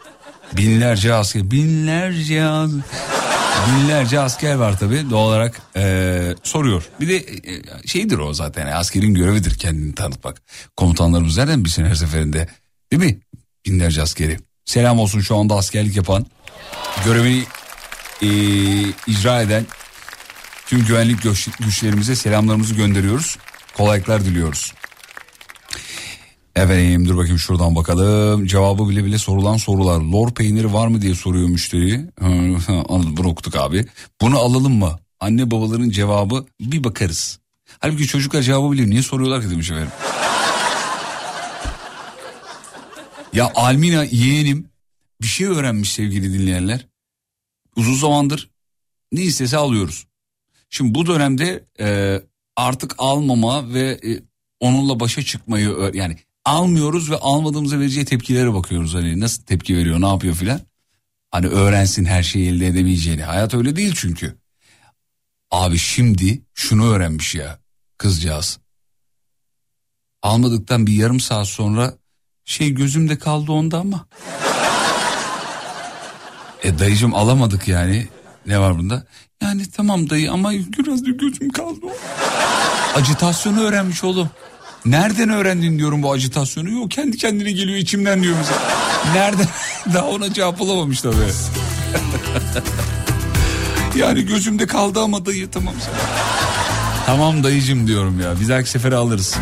Binlerce asker, binlerce az... binlerce asker var tabii doğal olarak ee, soruyor. Bir de e, şeydir o zaten, yani askerin görevidir kendini tanıtmak. Komutanlarımız nereden bilsin her seferinde, değil mi? Binlerce askeri. Selam olsun şu anda askerlik yapan, görevini e, icra eden tüm güvenlik güç, güçlerimize selamlarımızı gönderiyoruz. Kolaylıklar diliyoruz. Efendim dur bakayım şuradan bakalım. Cevabı bile bile sorulan sorular. Lor peyniri var mı diye soruyor müşteri. Bunu okuduk abi. Bunu alalım mı? Anne babaların cevabı bir bakarız. Halbuki çocuklar cevabı biliyor. Niye soruyorlar ki demiş efendim. Ya Almina yeğenim bir şey öğrenmiş sevgili dinleyenler. Uzun zamandır ne istese alıyoruz. Şimdi bu dönemde e, artık almama ve e, onunla başa çıkmayı yani almıyoruz ve almadığımızda vereceği tepkilere bakıyoruz. Hani nasıl tepki veriyor, ne yapıyor filan. Hani öğrensin her şeyi elde edemeyeceğini. Hayat öyle değil çünkü. Abi şimdi şunu öğrenmiş ya kızcağız. Almadıktan bir yarım saat sonra şey gözümde kaldı onda ama. E dayıcım alamadık yani. Ne var bunda? Yani tamam dayı ama biraz da gözüm kaldı. Acitasyonu öğrenmiş oğlum. Nereden öğrendin diyorum bu acitasyonu? Yok kendi kendine geliyor içimden diyor mesela. Nereden? Daha ona cevap bulamamış tabii. Yani gözümde kaldı ama dayı tamam. Tamam dayıcım diyorum ya. Bir dahaki sefere alırız.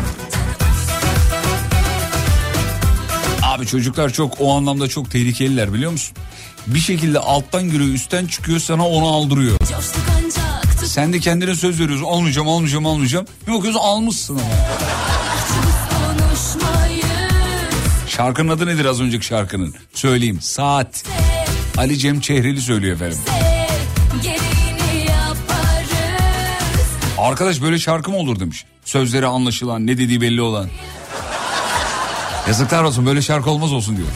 Abi çocuklar çok o anlamda çok tehlikeliler biliyor musun? Bir şekilde alttan giriyor üstten çıkıyor sana onu aldırıyor. Sen de kendine söz veriyorsun almayacağım almayacağım almayacağım. Bir bakıyorsun almışsın ama. Şarkının adı nedir az önceki şarkının? Söyleyeyim. Saat. Ali Cem Çehreli söylüyor efendim. Arkadaş böyle şarkı mı olur demiş. Sözleri anlaşılan, ne dediği belli olan. Yazıklar olsun böyle şarkı olmaz olsun diyor.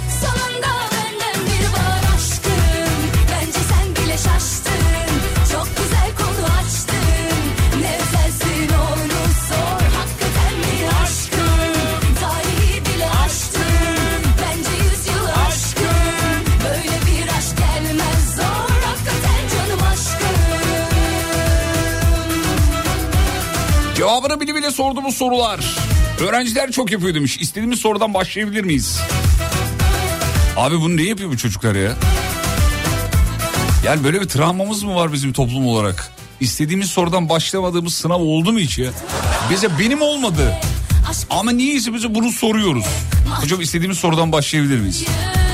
Cevabını bile bile sorduğumuz sorular. Öğrenciler çok yapıyor demiş. İstediğimiz sorudan başlayabilir miyiz? Abi bunu niye yapıyor bu çocuklar ya? Yani böyle bir travmamız mı var bizim toplum olarak? İstediğimiz sorudan başlamadığımız sınav oldu mu hiç ya? Bize benim olmadı. Ama niyeyse bize bunu soruyoruz. Hocam istediğimiz sorudan başlayabilir miyiz?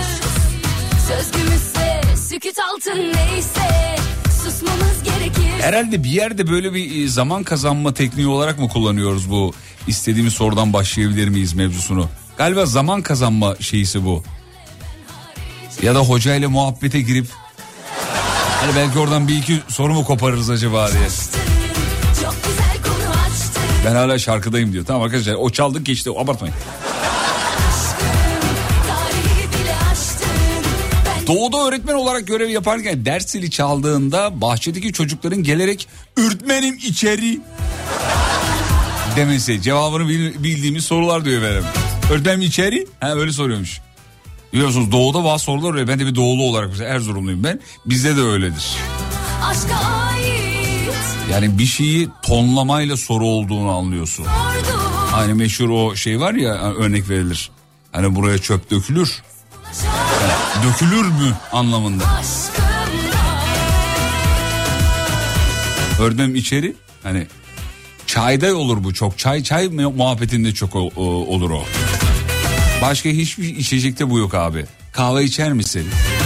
Herhalde bir yerde böyle bir zaman kazanma tekniği olarak mı kullanıyoruz bu istediğimiz sorudan başlayabilir miyiz mevzusunu? Galiba zaman kazanma şeysi bu. Ya da hocayla muhabbete girip hani belki oradan bir iki soru mu koparırız acaba diye. Ben hala şarkıdayım diyor. Tamam arkadaşlar o çaldık geçti abartmayın. Doğuda öğretmen olarak görev yaparken ders zili çaldığında bahçedeki çocukların gelerek "Öğretmenim içeri" demesi. Cevabını bildiğimiz sorular diyor efendim. Öğretmenim içeri? Ha öyle soruyormuş. Biliyorsunuz doğuda bazı sorular öyle. Ben de bir doğulu olarak mesela Erzurumluyum ben. Bizde de öyledir. Yani bir şeyi tonlamayla soru olduğunu anlıyorsun. Hani meşhur o şey var ya örnek verilir. Hani buraya çöp dökülür. Yani dökülür mü anlamında. Öğretmenim içeri hani çayda olur bu çok. Çay çay muhabbetinde çok o, o, olur o. Başka hiçbir içecekte bu yok abi. Kahve içer misin?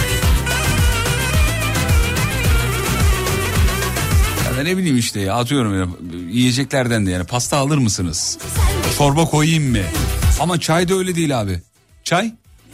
Ya da ne bileyim işte ya atıyorum ya, yiyeceklerden de yani pasta alır mısınız? Çorba koyayım mı? Ama çay da öyle değil abi. Çay?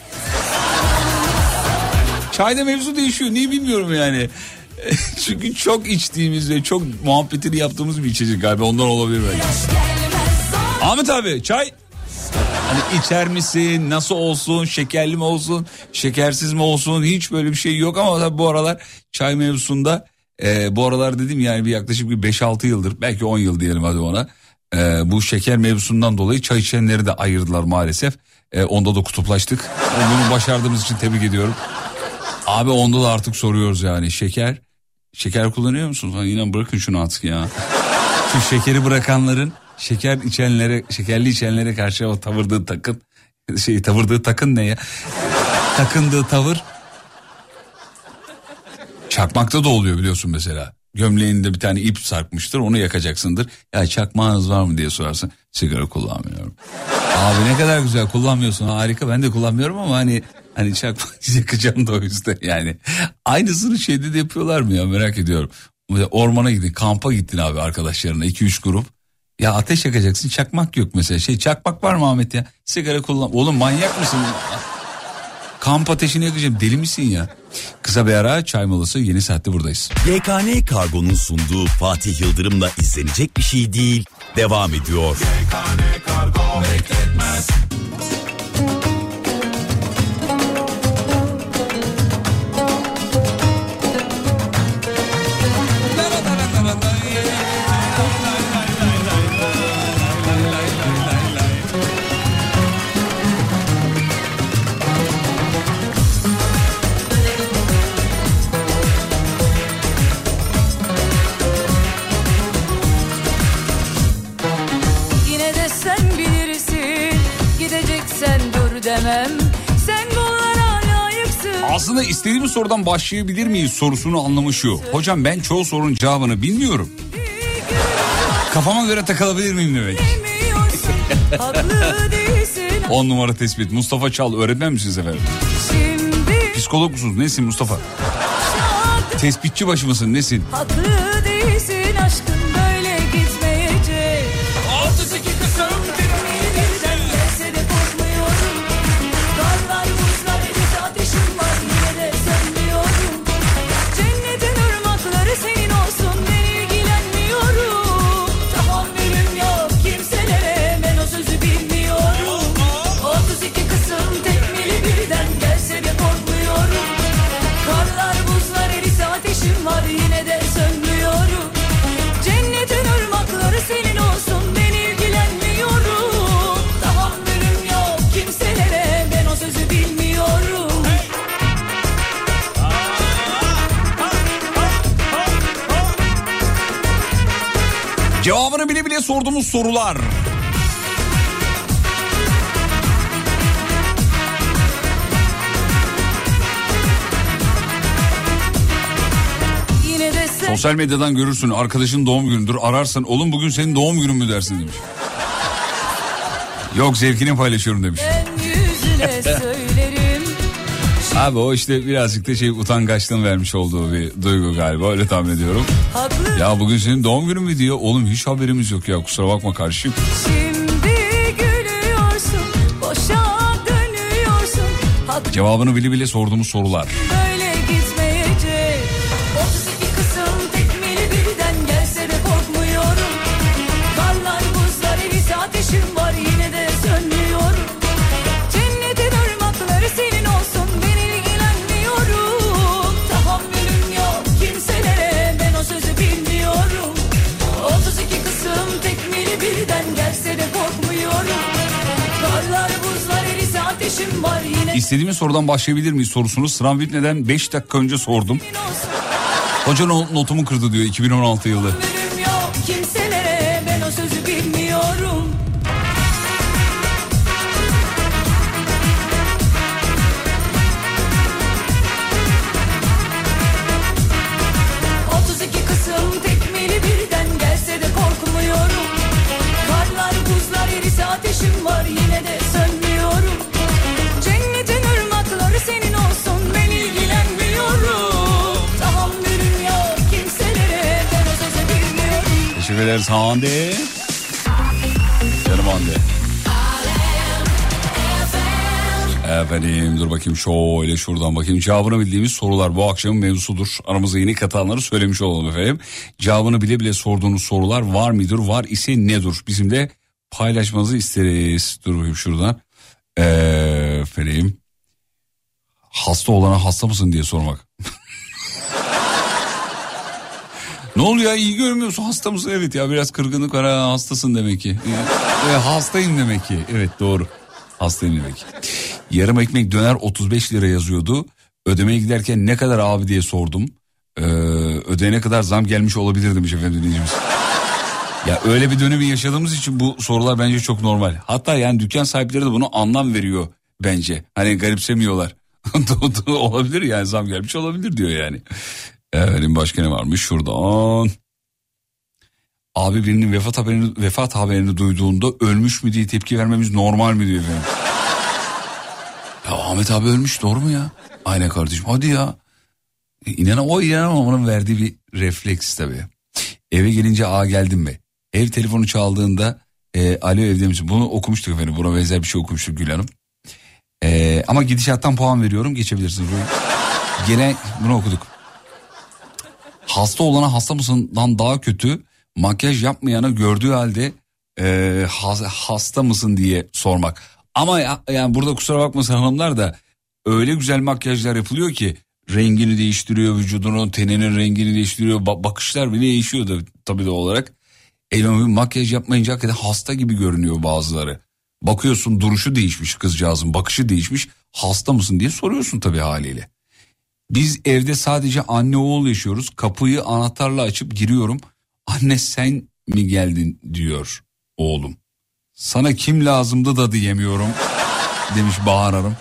Çayda mevzu değişiyor. Niye bilmiyorum yani. Çünkü çok içtiğimiz ve çok muhabbetini yaptığımız bir içecek galiba. Ondan olabilir belki. Ahmet abi çay? Hani içer misin? Nasıl olsun? Şekerli mi olsun? Şekersiz mi olsun? Hiç böyle bir şey yok ama tabii bu aralar çay mevzusunda e, bu aralar dedim yani bir yaklaşık bir beş altı yıldır belki on yıl diyelim hadi ona. E, bu şeker mevzusundan dolayı çay içenleri de ayırdılar maalesef. E, onda da kutuplaştık. Bunu başardığımız için tebrik ediyorum. Abi onda da artık soruyoruz yani şeker. Şeker kullanıyor musunuz? Ha, yine bırakın şunu artık ya. Şu şekeri bırakanların şeker içenlere, şekerli içenlere karşı o tavırdığı takın. Şey tavırdığı takın ne ya? Takındığı tavır. Çakmakta da oluyor biliyorsun mesela. Gömleğinde bir tane ip sarkmıştır, onu yakacaksındır. Ya çakmağınız var mı diye sorarsın. Sigara kullanmıyorum. Abi ne kadar güzel, kullanmıyorsun, harika, ben de kullanmıyorum ama hani hani çakmak yakacağım da o yüzden yani. Aynısını şeyde de yapıyorlar mı ya, merak ediyorum. Ormana gittin, kampa gittin abi arkadaşlarına, iki üç grup. Ya ateş yakacaksın, çakmak yok mesela. Şey, çakmak var mı Ahmet ya? Sigara kullan. Oğlum manyak mısın? Kamp ateşini yakacağım, deli misin ya? Kısa bir ara, çay molası, yeni saatte buradayız. Y K N Kargo'nun sunduğu Fatih Yıldırım'la izlenecek bir şey değil devam ediyor. Y K N Kargo bekletmez. Aslında istediğimiz sorudan başlayabilir miyiz sorusunu anlamı şu. Hocam ben çoğu sorunun cevabını bilmiyorum. Kafama göre takılabilir miyim demek. On numara tespit. Mustafa Çal, öğretmen misiniz efendim? Psikolog musunuz? Nesin Mustafa? Tespitçi başı mısın? Nesin? Haklı değilsin aşkın böyle gitmeyecek. otuz iki kısım Birden gelse de korkmuyorum. Karlar buzlar elit ateşim var yine de sönmüyorum. Cennetin ırmakları senin olsun ben ilgilenmiyorum. Tahammülüm yok kimselere ben o sözü bilmiyorum. otuz iki kısım tekmili birden gelse de korkmuyorum. Karlar buzlar elit ateşim var yine de sönmüyorum. Cennetin ırmakları senin olsun ben ilgilenmiyorum. Tahammülüm yok kimselere ben o sözü bilmiyorum. Cevabını bile bile sorduğumuz sorular. Yine de sen Sosyal medyadan görürsün, arkadaşın doğum günüdür, ararsan oğlum bugün senin doğum günün mü dersin demiş. Yok zevkini paylaşıyorum demiş. ben yüzüne söylerim. Abi o işte birazcık da şey utangaçlığın vermiş olduğu bir duygu galiba, öyle tahmin ediyorum. Haklı Ya bugün senin doğum günün mü diyor, oğlum hiç haberimiz yok ya, kusura bakma kardeşim. şimdi gülüyorsun boşa dönüyorsun. Haklı Cevabını bile bile sorduğumuz sorular. böyle gitmeyecek. otuz iki kısım tekmili birden gelse de korkmuyorum. Karlar buzlar elit ateşim var yine de sönmüyorum. Cennetin ırmakları senin olsun ben ilgilenmiyorum. Tahammülüm yok kimselere ben o sözü bilmiyorum. otuz iki kısım tekmili birden gelse de korkmuyorum. Karlar buzlar elit ateşim var yine İstediğimiz sorudan başlayabilir miyiz sorusunu sınav bitmeden beş dakika önce sordum. olsun. Hoca no- notumu kırdı diyor, iki bin on altı yılı. Tahammülüm yok kimselere ben o sözü bilmiyorum. otuz iki kısım tekmili birden gelse de korkmuyorum. Karlar buzlar erit ateşim var yine de sönmüyorum. Cennetin ırmakları senin olsun ben ilgilenmiyorum. Tahammülüm yok kimselere ben o sözü bilmiyorum. Teşekkür ederiz Hande. Canım Hande. Efendim dur bakayım şöyle şuradan bakayım. Cevabını bildiğimiz sorular bu akşamın mevzusudur. Aramıza yeni katılanları söylemiş olalım efendim. Cevabını bile bile sorduğunuz sorular var mıdır? Var ise nedir? Bizimle paylaşmanızı isteriz. Dur bakayım şuradan. Ee, efendim. Hasta olana hasta mısın diye sormak. Ne oluyor ya, iyi görmüyorsun, hasta mısın? Evet ya biraz kırgınlık var, ha, hastasın demek ki. Evet, hastayım demek ki. Evet doğru. Hastayım demek ki. Yarım ekmek döner otuz beş lira yazıyordu. Ödemeye giderken ne kadar abi diye sordum. Ee, ödeyene kadar zam gelmiş olabilir demiş efendim dinleyicimiz. Ya öyle bir dönemi yaşadığımız için bu sorular bence çok normal. Hatta yani dükkan sahipleri de bunu anlam veriyor bence. Hani garipsemiyorlar. Olabilir yani, zam gelmiş olabilir diyor yani. Evet, başka ne varmış şuradan. Abi birinin vefat haberini, vefat haberini duyduğunda ölmüş mü diye tepki vermemiz normal mi diyor efendim. Ya Ahmet abi ölmüş, doğru mu ya? Aynen kardeşim, hadi ya. İnanan o inanamam, onun verdiği bir refleks tabii. Eve gelince a geldim mi? Ev telefonu çaldığında e, alo evde misin? Bunu okumuştuk efendim. Buna benzer bir şey okumuştuk Gül Hanım. E, ama gidişattan puan veriyorum, geçebilirsiniz. Gene bunu okuduk. Hasta olana hasta mısından daha kötü, makyaj yapmayana gördüğü halde e, has, hasta mısın diye sormak. Ama ya, yani burada kusura bakmasın hanımlar da öyle güzel makyajlar yapılıyor ki rengini değiştiriyor, vücudunun teninin rengini değiştiriyor, bakışlar bile değişiyor da tabii de olarak. Elime makyaj yapmayınca hakikaten hasta gibi görünüyor bazıları. Bakıyorsun duruşu değişmiş kızcağızın, bakışı değişmiş, hasta mısın diye soruyorsun tabii haliyle. Biz evde sadece anne oğul yaşıyoruz, kapıyı anahtarla açıp giriyorum. Anne sen mi geldin diyor oğlum. Sana kim lazımdı da diyemiyorum demiş Bahar Hanım.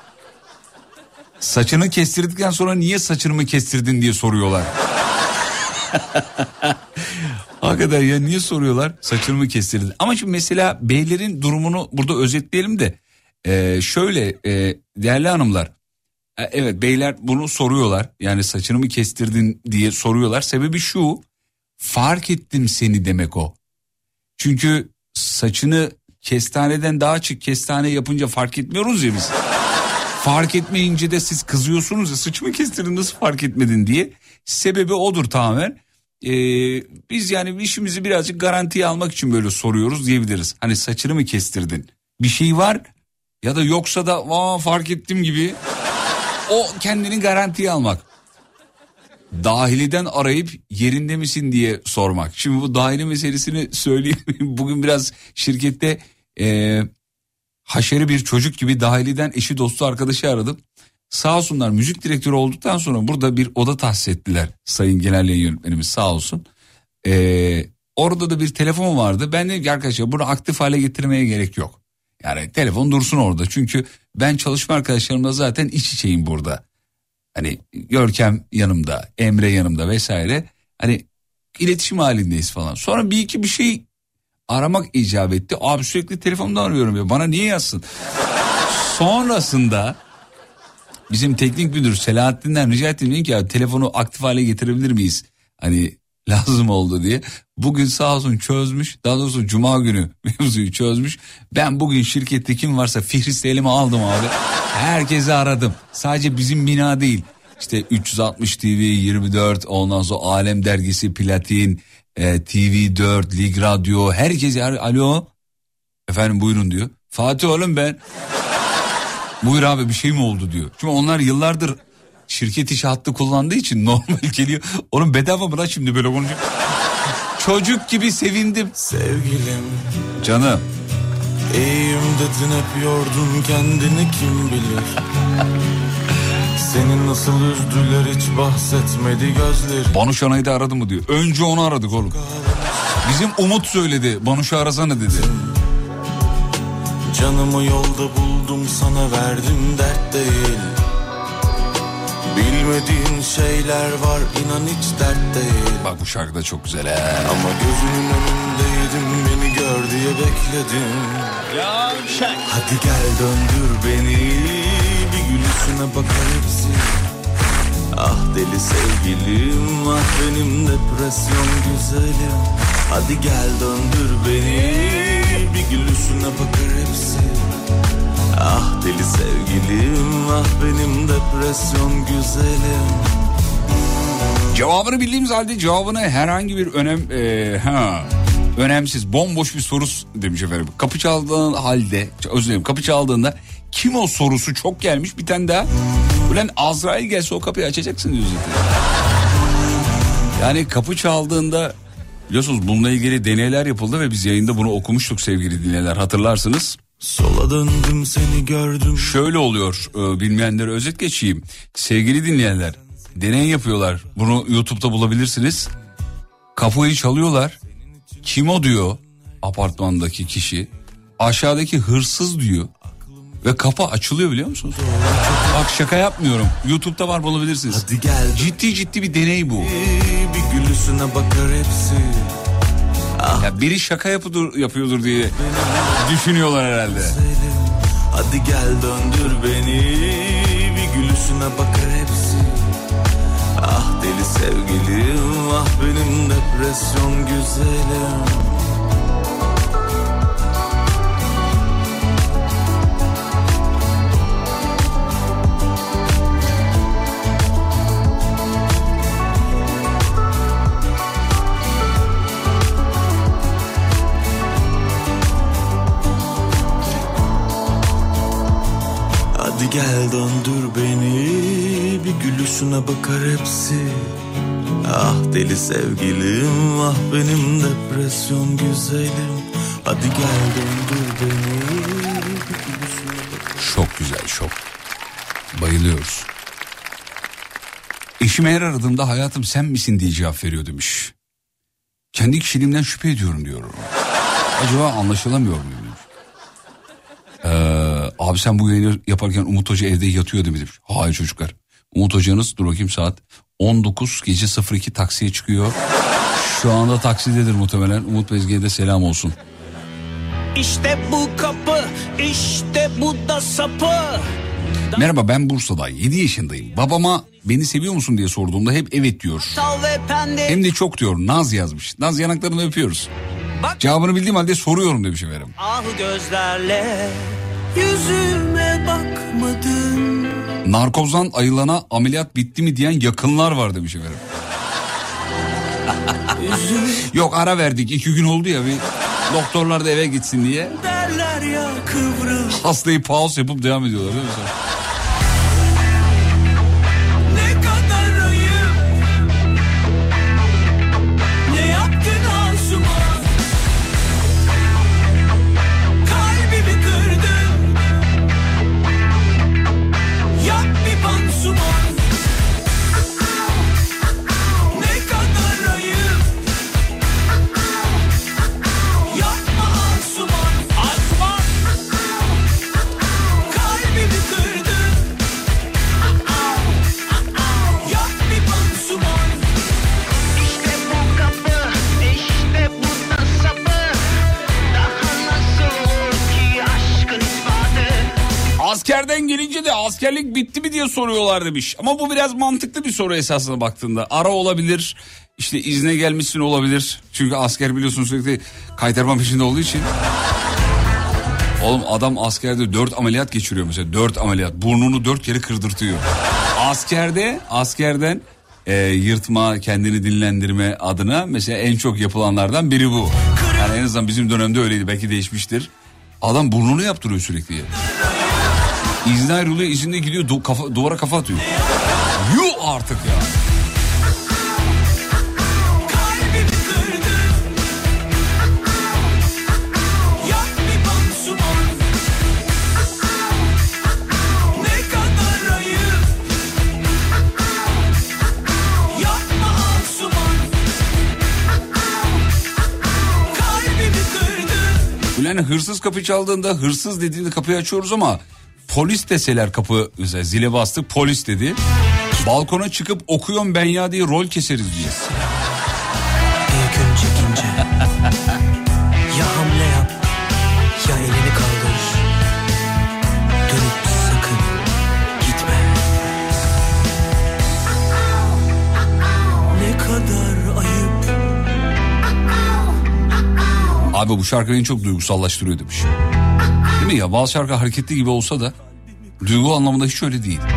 Saçını kestirdikten sonra niye saçını kestirdin diye soruyorlar. Hakikaten ya, niye soruyorlar saçını mı kestirdin? Ama şimdi mesela beylerin durumunu burada özetleyelim de e, şöyle e, değerli hanımlar. E, evet, beyler bunu soruyorlar, yani saçını mı kestirdin diye soruyorlar. Sebebi şu, fark ettim seni demek o. Çünkü saçını kestaneden daha açık kestane yapınca fark etmiyoruz ya biz. Fark etmeyince de siz kızıyorsunuz ya, saçımı kestirdin nasıl fark etmedin diye. Sebebi odur tamamen. Ee, biz yani işimizi birazcık garantiye almak için böyle soruyoruz diyebiliriz. Hani saçını mı kestirdin? Bir şey var ya da yoksa da vaa fark ettim gibi. O kendini garantiye almak. Dahiliden arayıp yerinde misin diye sormak. Şimdi bu dahili meselesini söyleyeyim. Bugün biraz şirkette e, haşeri bir çocuk gibi dahiliden eşi dostu arkadaşı aradım. Sağ olsunlar, müzik direktörü olduktan sonra burada bir oda tahsis ettiler. Sayın Genel Yayın Yönetmenimiz sağ olsun. Ee, orada da bir telefon vardı. Ben dedim ki arkadaşlar bunu aktif hale getirmeye gerek yok. Yani telefon dursun orada. Çünkü ben çalışma arkadaşlarımla zaten iç içeyim burada. Hani Görkem yanımda, Emre yanımda vesaire. Hani iletişim halindeyiz falan. Sonra bir iki bir şey aramak icap etti. Abi sürekli telefonda arıyorum ya, bana niye yazsın? Sonrasında bizim teknik müdür Selahattin'den rica ettim, dedim ki ya telefonu aktif hale getirebilir miyiz? Hani lazım oldu diye. Bugün sağ olsun çözmüş. Daha doğrusu cuma günü mevzuyu çözmüş. Ben bugün şirkette kim varsa Fihristi elime aldım abi. Herkesi aradım. Sadece bizim bina değil. İşte üç yüz altmış T V, yirmi dört, ondan sonra Alem Dergisi, Platin, e, T V dört, Lig Radyo. Herkesi ar- alo. Efendim buyurun diyor. Fatih oğlum ben. Buyur abi bir şey mi oldu diyor. Çünkü onlar yıllardır şirket içi hattı kullandığı için normal geliyor. Onun bedava mı lan şimdi böyle konuşuyor. Çocuk gibi sevindim. Sevgilim. Canım. İyiyim dedin hep yordun kendini kim bilir. Seni nasıl üzdüler hiç bahsetmedi gözleri. Banu Şanay'ı da aradı mı diyor. Önce onu aradık oğlum. Bizim Umut söyledi. Banuş'u arasana dedi. Canımı yolda buldum sana verdim dert değil. Bilmediğin şeyler var inan hiç dert değil. Bak bu şarkı da çok güzel he. Ama gözünün önündeydim beni gör diye bekledim. Yavşak. Hadi gel döndür beni bir gülüşüne bakar hepsi. Ah deli sevgilim ah benim depresyon güzelim. Hadi gel döndür beni bir gülüşüne bakar hepsi. Ah deli sevgilim ah benim depresyon güzelim. Cevabını bildiğimiz halde cevabına herhangi bir önem e, ha önemsiz bomboş bir soru demiş efendim. Kapı çaldığın halde özür dilerim kapı çaldığında kim o sorusu çok gelmiş, bir tane daha. Ulan Azrail gelse o kapıyı açacaksın diyor zaten. Yani kapı çaldığında biliyorsunuz bununla ilgili deneyler yapıldı ve biz yayında bunu okumuştuk sevgili dinleyenler, hatırlarsınız. Sola döndüm seni gördüm. Şöyle oluyor, e, bilmeyenlere özet geçeyim. Sevgili dinleyenler, deney yapıyorlar. Bunu YouTube'da bulabilirsiniz. Kapıyı çalıyorlar. Kim o diyor apartmandaki kişi. Aşağıdaki hırsız diyor. Ve kapı açılıyor, biliyor musunuz? Bak şaka yapmıyorum. YouTube'da var, bulabilirsiniz. Hadi gel. Ciddi ciddi bir deney bu. Bir gülüşüne bakar hepsi. Ah. Ya biri şaka yapıyordur, yapıyordur diye düşünüyorlar herhalde. Hadi gel döndür beni. Bir gülüşüne bakar hepsi. Ah deli sevgilim, ah benim depresyon güzelim. Hadi gel döndür beni, bir gülüşüne bakar hepsi. Ah deli sevgilim, ah benim depresyon güzelim. Hadi gel döndür beni, bir gülüşüne bakar. Çok güzel, çok. Bayılıyoruz. Eşime her aradığımda hayatım sen misin diye cevap veriyor demiş. Kendi kişiliğimden şüphe ediyorum diyorum. Acaba anlaşılamıyor muyum? Ee, abi sen bu yayını yaparken Umut Hoca evde yatıyor demiş. Hayır çocuklar. Umut Hoca'nız dur bakayım saat on dokuz gece sıfır iki taksiye çıkıyor. Şu anda taksidedir muhtemelen. Umut Bezgi'ye de selam olsun. İşte bu kapı, işte bu da sapı. Merhaba, ben Bursa'da yedi yaşındayım. Babama beni seviyor musun diye sorduğumda hep evet diyor. Hem de çok diyor. Naz yazmış. Naz yanaklarını öpüyoruz. Bak. Cevabını bildiğim halde soruyorum demiş efendim. Ah gözlerle yüzüme bakmadın. Narkozdan ayılana ameliyat bitti mi diyen yakınlar var demiş efendim. Yok ara verdik, iki gün oldu ya, bir doktorlar da eve gitsin diye. Derler ya kıvrıl. Hastayı pause yapıp devam ediyorlar değil mi? Ne kadar ayıp. Ne yaptın Asuman? Kalbimi kırdın. Yap bir pansuman. Ne kadar ayıp. Yapma Asuman. Asuman. Kalbimi kırdın. Yap bir pansuman. İşte bu kapı, işte bu da sapı. Daha nasıl olur ki aşkın ispatı? Askerden gelince de askerlik bitti mi diye soruyorlar demiş. Ama bu biraz mantıklı bir soru esasına baktığında. Ara olabilir, işte izne gelmişsin olabilir. Çünkü asker biliyorsun sürekli kaytarma peşinde olduğu için. Oğlum adam askerde dört ameliyat geçiriyor mesela. Dört ameliyat. Burnunu dört kere kırdırtıyor. Askerde, askerden e, yırtma, kendini dinlendirme adına mesela en çok yapılanlardan biri bu. Yani en azından bizim dönemde öyleydi. Belki değişmiştir. Adam burnunu yaptırıyor sürekli. İzne ayrılıyor, izinde gidiyor, du- kafa, duvara kafa atıyor. Yuh artık ya. Kalbimi kırdın. Yap bir pansuman. Ne kadar ayıp. Yapma Asuman. Kalbimi kırdın. Ulan hırsız kapı çaldığında hırsız dediğinde kapıyı açıyoruz ama polis deseler kapı mesela zile bastık polis dedi. Balkona çıkıp okuyorum ben ya diye rol keseriz diye. Bir gün çekince ya hamle yap ya elini kaldır. Dönüp sakın gitme. Ne kadar ayıp. Abi bu şarkı beni çok duygusallaştırıyor demiş. Değil mi ya, bazı şarkı hareketli gibi olsa da duygu anlamında hiç öyle değil.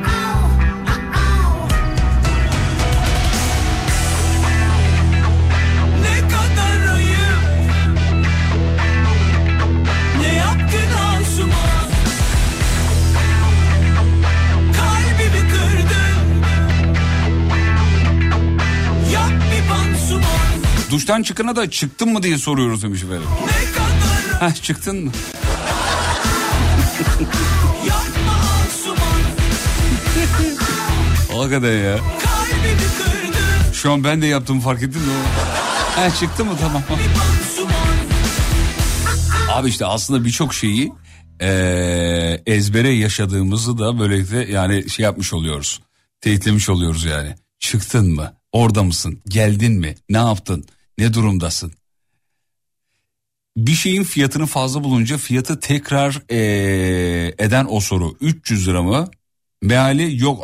Ne kadar ayıp. Ne yaptın Asuman? Kalbimi kırdın. Yap bir pansuman. Duştan çıkana da çıktın mı diye soruyoruz demiş efendim. Ne kadar Heh çıktın mı? Hakikaten ya. Kalbimi kırdın. Şu an ben de yaptığımı fark ettin mi? Ha, çıktı mı? Tamam. Abi işte aslında birçok şeyi e, ezbere yaşadığımızı da böylelikle yani şey yapmış oluyoruz. Teyitlemiş oluyoruz yani. Çıktın mı? Orada mısın? Geldin mi? Ne yaptın? Ne durumdasın? Bir şeyin fiyatını fazla bulunca fiyatı tekrar e, eden o soru. üç yüz lira mı? Meali yok.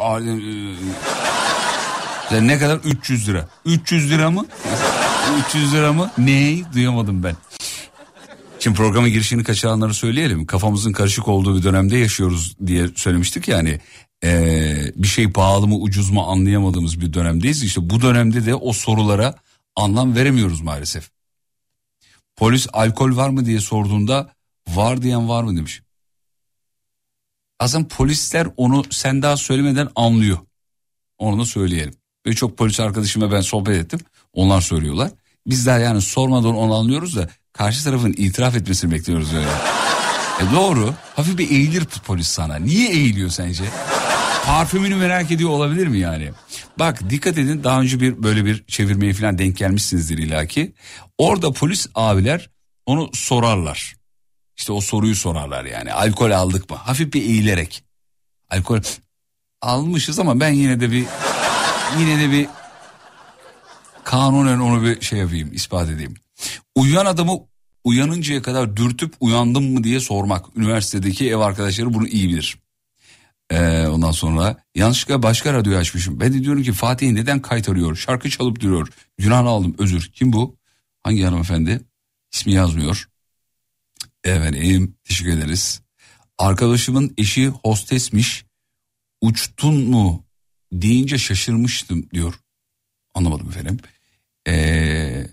E, ne kadar? üç yüz lira. üç yüz lira mı? üç yüz lira mı? Ney? Duyamadım ben. Şimdi programın girişini kaçıranları söyleyelim. Kafamızın karışık olduğu bir dönemde yaşıyoruz diye söylemiştik yani. Ee, bir şey pahalı mı ucuz mu anlayamadığımız bir dönemdeyiz. İşte bu dönemde de o sorulara anlam veremiyoruz maalesef. Polis alkol var mı diye sorduğunda var diyen var mı demiş. Aslında polisler onu sen daha söylemeden anlıyor. Onu da söyleyelim. Ve çok polis arkadaşımla ben sohbet ettim. Onlar söylüyorlar. Biz daha yani sormadan onu anlıyoruz da karşı tarafın itiraf etmesini bekliyoruz öyle. E doğru. Hafif bir eğilir polis sana. Niye eğiliyor sence? Parfümünü merak ediyor olabilir mi yani? Bak dikkat edin, daha önce bir böyle bir çevirmeye falan denk gelmişsinizdir illaki. Orada polis abiler onu sorarlar. İşte o soruyu sorarlar yani. Alkol aldık mı? Hafif bir eğilerek. Alkol almışız ama ben yine de bir yine de bir kanunen onu bir şey yapayım, ispat edeyim. Uyuyan adamı uyanıncaya kadar dürtüp uyandım mı diye sormak. Üniversitedeki ev arkadaşları bunu iyi bilir. Ee, ondan sonra yanlışlıkla başka radyoyu açmışım. Ben de diyorum ki Fatih neden kaytarıyor? Şarkı çalıp duruyor. Günahını aldım, özür. Kim bu? Hangi hanımefendi? İsmi yazmıyor. Efendim teşekkür ederiz. Arkadaşımın eşi hostesmiş. Uçtun mu deyince şaşırmıştım diyor. Anlamadım efendim. Eee...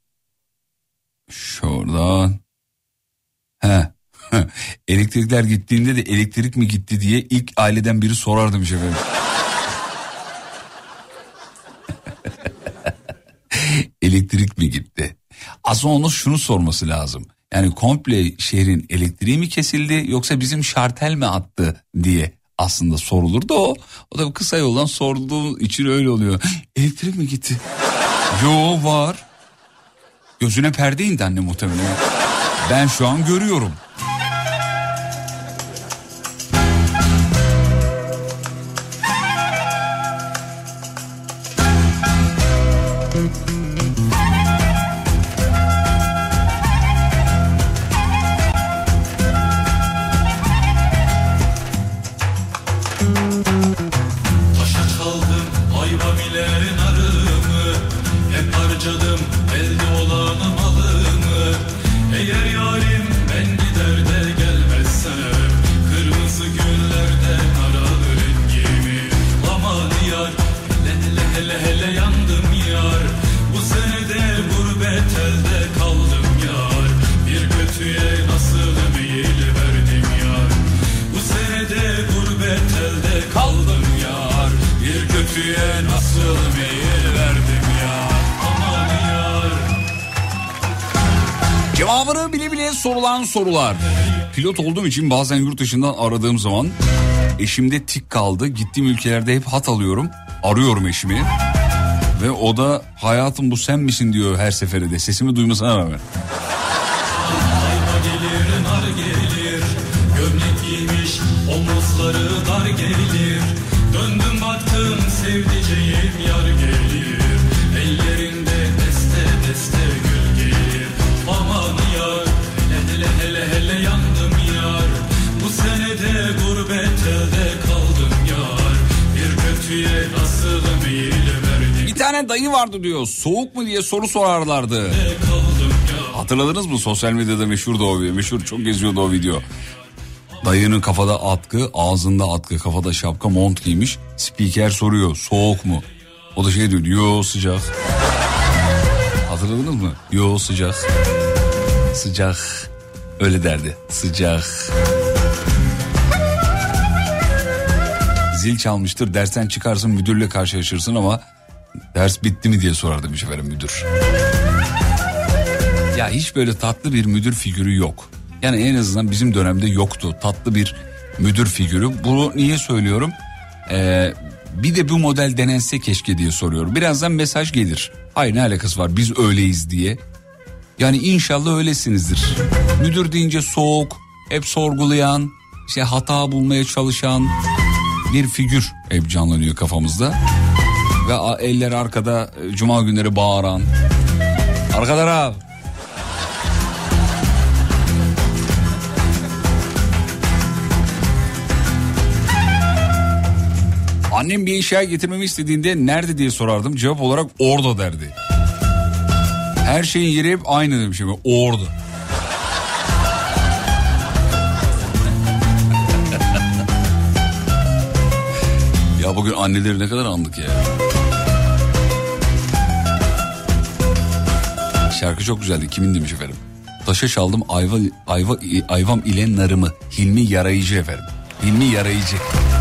Şuradan. He. Elektrikler gittiğinde de elektrik mi gitti diye ilk aileden biri sorar demiş efendim. Elektrik mi gitti? Aslında onun şunu sorması lazım. Yani komple şehrin elektriği mi kesildi yoksa bizim şartel mi attı diye aslında sorulur da o. O da kısa yoldan sorduğu için öyle oluyor. Elektrik mi gitti? Yo var. Gözüne perde indi anne muhtemelen. Ben şu an görüyorum. Cevabını bile bile sorulan sorular. Pilot olduğum için bazen yurt dışından aradığım zaman eşimde tik kaldı. Gittiğim ülkelerde hep hat alıyorum. Arıyorum eşimi. Ve o da hayatım bu sen misin diyor her seferinde. Sesimi duymasına rağmen. Gelir, nar gelir, gömlek giymiş, omuzları dar gelir. Döndüm baktım sevdiceğim yar gelir. Ellerinde deste deste gül gelir. Aman yar, hele hele hele yandım yar. Bu senede gurbet elde kaldım yar. Bir kötüye nasıl meyil verdim. Bir tane dayı vardı diyor. Soğuk mu diye soru sorarlardı. Hatırladınız mı? Sosyal medyada meşhurdu o video. Meşhur, çok geziyordu o video. Dayının kafada atkı, ağzında atkı, kafada şapka, mont giymiş. Spiker soruyor soğuk mu? O da şey diyor, yo sıcak. Hatırladınız mı? Yo sıcak. Sıcak. Öyle derdi. Sıcak. Zil çalmıştır, dersten çıkarsın, müdürle karşılaşırsın ama ders bitti mi diye sorar demiş efendim müdür. Ya hiç böyle tatlı bir müdür figürü yok. Yani en azından bizim dönemde yoktu tatlı bir müdür figürü. Bunu niye söylüyorum? Ee, Bir de bu model denense keşke diye soruyorum. Birazdan mesaj gelir. Hayır ne alakası var biz öyleyiz diye. Yani inşallah öylesinizdir. Müdür deyince soğuk, hep sorgulayan, işte hata bulmaya çalışan bir figür hep canlanıyor kafamızda. Ve eller arkada, cuma günleri bağıran. Arkalara. Annem bir eşya getirmemi istediğinde nerede diye sorardım. Cevap olarak orada derdi. Her şeyin yeri hep aynı demişim. Orada. Ya bugün anneleri ne kadar andık ya. Şarkı çok güzeldi. Kimin demiş efendim? Taşa çaldım ayva, ayva, ayvam ile narımı. Hilmi Yarayıcı efendim. Hilmi Yarayıcı.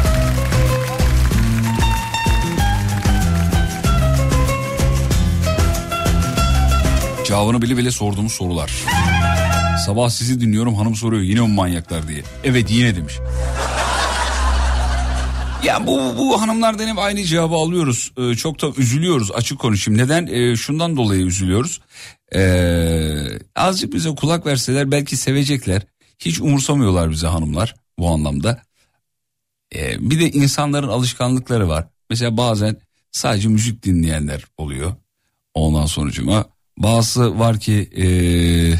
Cevabını bile bile sorduğumuz sorular. Sabah sizi dinliyorum, hanım soruyor yine mi manyaklar diye. Evet yine demiş. Ya bu, bu hanımlardan hep aynı cevabı alıyoruz. Ee, çok da üzülüyoruz, açık konuşayım. Neden? Ee, şundan dolayı üzülüyoruz. Ee, azıcık bize kulak verseler belki sevecekler. Hiç umursamıyorlar bize hanımlar bu anlamda. Ee, bir de insanların alışkanlıkları var. Mesela bazen sadece müzik dinleyenler oluyor. Ondan sonucuma bazısı var ki ee,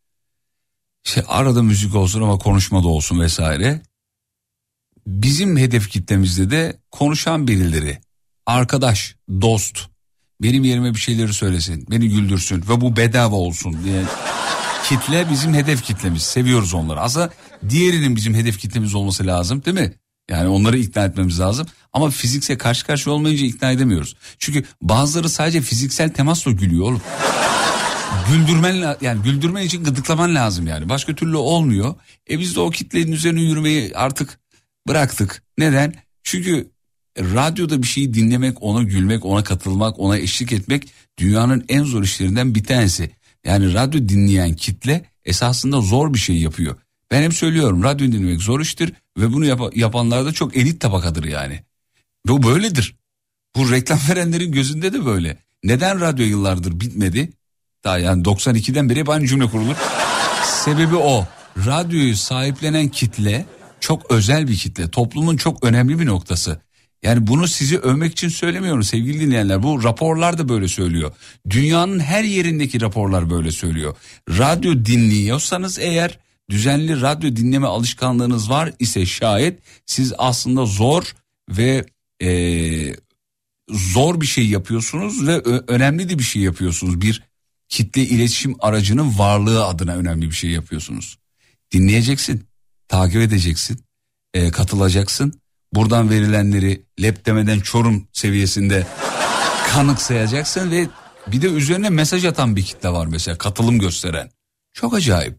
şey arada müzik olsun ama konuşma da olsun vesaire. Bizim hedef kitlemizde de konuşan birileri, arkadaş, dost, benim yerime bir şeyleri söylesin, beni güldürsün ve bu bedava olsun diye kitle bizim hedef kitlemiz. Seviyoruz onları. Aslında diğerinin bizim hedef kitlemiz olması lazım, değil mi? Yani onları ikna etmemiz lazım. Ama fiziksel karşı karşıya olmayınca ikna edemiyoruz. Çünkü bazıları sadece fiziksel temasla gülüyor oğlum. Güldürmen, yani güldürmen için gıdıklaman lazım yani. Başka türlü olmuyor. E biz de o kitlenin üzerine yürümeyi artık bıraktık. Neden? Çünkü radyoda bir şeyi dinlemek, ona gülmek, ona katılmak, ona eşlik etmek dünyanın en zor işlerinden bir tanesi. Yani radyo dinleyen kitle esasında zor bir şey yapıyor. Ben hep söylüyorum, radyo dinlemek zor iştir ve bunu yap- yapanlar da çok elit tabakadır yani. Bu böyledir. Bu reklam verenlerin gözünde de böyle. Neden radyo yıllardır bitmedi? Daha yani doksan ikiden beri hep aynı cümle kurulur. Sebebi o. Radyoyu sahiplenen kitle çok özel bir kitle. Toplumun çok önemli bir noktası. Yani bunu sizi övmek için söylemiyorum sevgili dinleyenler. Bu raporlar da böyle söylüyor. Dünyanın her yerindeki raporlar böyle söylüyor. Radyo dinliyorsanız eğer, düzenli radyo dinleme alışkanlığınız var ise şayet, siz aslında zor ve ee, zor bir şey yapıyorsunuz ve ö- önemli de bir şey yapıyorsunuz. Bir kitle iletişim aracının varlığı adına önemli bir şey yapıyorsunuz. Dinleyeceksin, takip edeceksin, e, katılacaksın. Buradan verilenleri lep demeden Çorum seviyesinde kanıksayacaksın ve bir de üzerine mesaj atan bir kitle var mesela, katılım gösteren. Çok acayip.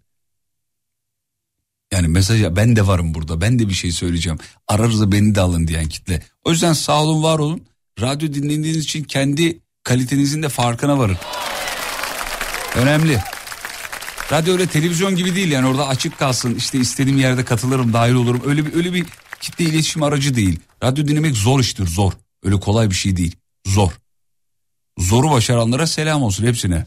Yani mesaj, ben de varım burada, ben de bir şey söyleyeceğim, aranızda beni de alın diyen kitle. O yüzden sağ olun, var olun. Radyo dinlediğiniz için kendi kalitenizin de farkına varın. Önemli. Radyo öyle televizyon gibi değil yani, orada açık kalsın, işte istediğim yerde katılırım, dahil olurum. Öyle bir öyle bir kitle iletişim aracı değil. Radyo dinlemek zor iştir, zor. Öyle kolay bir şey değil. Zor. Zoru başaranlara selam olsun hepsine.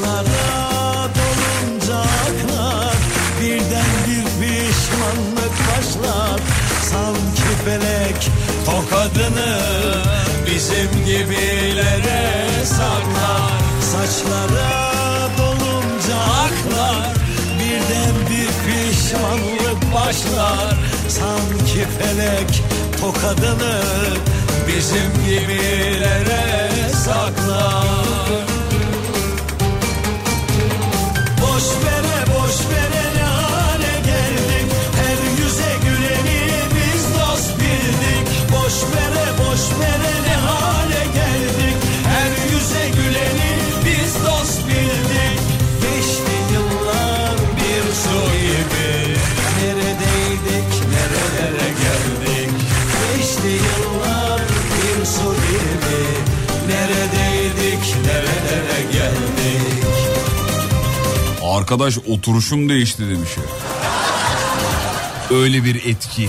Saçlara dolunca aklar, birden bir pişmanlık felek tokadını bizim gibilere saklar. Saçlara dolunca aklar, birden bir pişmanlık başlar. Sanki felek tokadını bizim gibilere saklar. Boş vere boş vere ne hale geldik, her yüze güleni biz dost bildik. Boş vere boş vere ne hale geldik, her yüze güleni biz dost bildik. Geçti yıllar bir su gibi, neredeydik nerelere geldik. Geçti yıllar bir su gibi, neredeydik nerelere geldik. Arkadaş oturuşum değişti demiş ya. Öyle bir etki.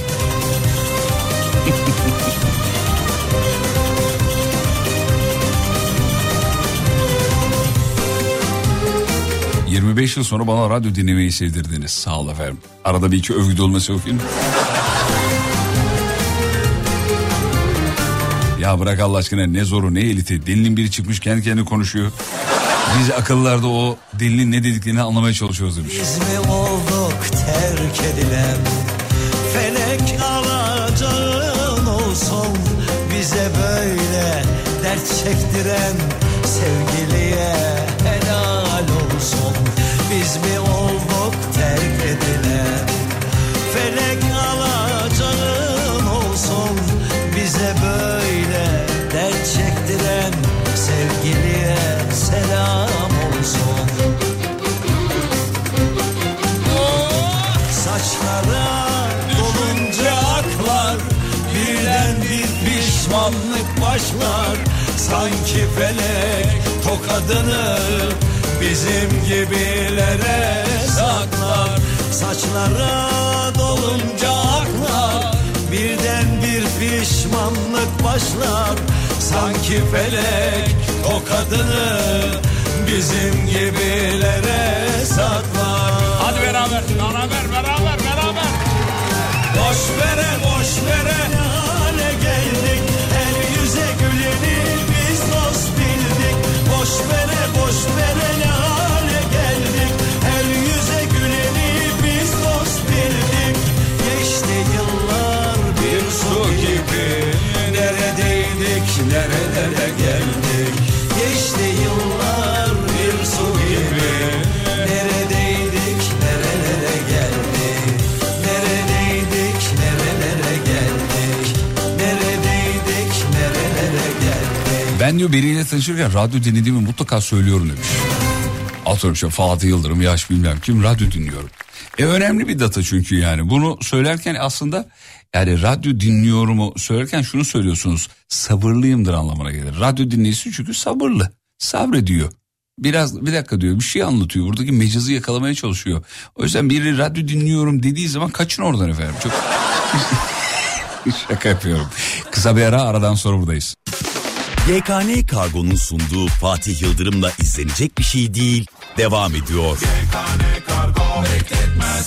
yirmi beş yıl sonra bana radyo dinlemeyi sevdirdiniz. Sağ ol efendim. Arada bir iki övgü de olması okuyun. Ya bırak Allah aşkına, ne zoru ne eliti. Delinin biri çıkmış kendi kendine konuşuyor. Biz akıllarda o delinin ne dediklerini anlamaya çalışıyoruz demiş. Biz mi olduk terk edilen, felek alacağın olsun. Bize böyle dert çektiren sevgiliye helal olsun. Biz mi olduk terk edilen, felek alacağın olsun. Bize böyle dert çektiren sevgiliye selam olsun. Oh, saçlara dolunca aklar, birden bir pişmanlık başlar. Sanki felek tokadını bizim gibilere saklar. Saçlara dolunca aklar, birden bir pişmanlık başlar. Sanki felek o kadını bizim gibilere saklar. Hadi beraber, beraber, beraber, beraber. Boş vere, boş vere ne hale geldik, her yüze güleni biz dost bildik. Boş vere, boş vere ne hale geldik, her yüze güleni biz dost bildik. Geçti yıllar bir su gibi, neredeydik nerelere geldik. Geçti yıllar bir su gibi, neredeydik nerelere geldik. Neredeydik nerelere geldik. Neredeydik nerelere geldik. Ben diyor biriyle tanışırken radyo dinlediğimi mutlaka söylüyorum demiş. Atıyorum işte Fatih Yıldırım, yaş bilmem kim, radyo dinliyorum. E önemli bir data çünkü yani. Bunu söylerken aslında yani radyo dinliyorumu söylerken şunu söylüyorsunuz. Sabırlıyımdır anlamına gelir. Radyo dinleyicisi çünkü sabırlı. Sabrediyor. Biraz bir dakika diyor, bir şey anlatıyor. Buradaki mecazı yakalamaya çalışıyor. O yüzden biri radyo dinliyorum dediği zaman kaçın oradan efendim. Çok şaka yapıyorum. Kısa bir ara, aradan sonra buradayız. Y K N Kargo'nun sunduğu Fatih Yıldırım'la izlenecek bir şey değil devam ediyor. Y K N Kargo bekletmez.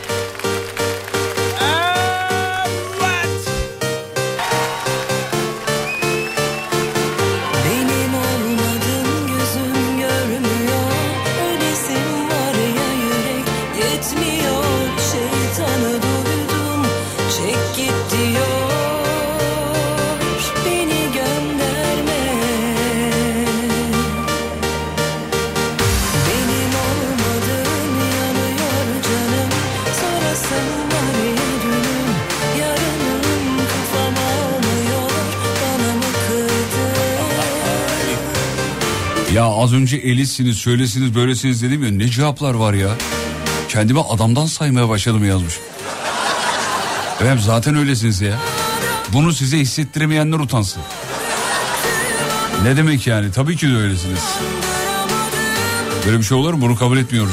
Benim olmadığım gözüm görmüyor, ölesim var ya yürek yetmiyor. Şeytanı duydum, çek git diyor, beni gönderme. Benim olmadığım yanıyor canım, sorasım var ya dünüm, yarınım kafam almıyor, bana mı kırdın? Ya az önce elisiniz, şöylesiniz, böylesiniz dedim ya, ne cevaplar var ya. Kendime adamdan saymaya başladım yazmış. Evet zaten öylesiniz ya. Bunu size hissettiremeyenler utansın. Ne demek yani, tabii ki de öylesiniz. Böyle bir şey olur mu? Bunu kabul etmiyoruz.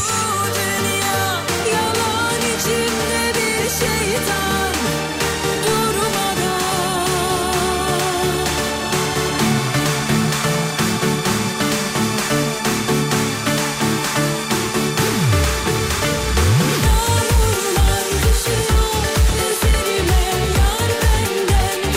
Yalan içimde bir şeytan durmadan. Yağmurlar düşüyor üzerime, yar benden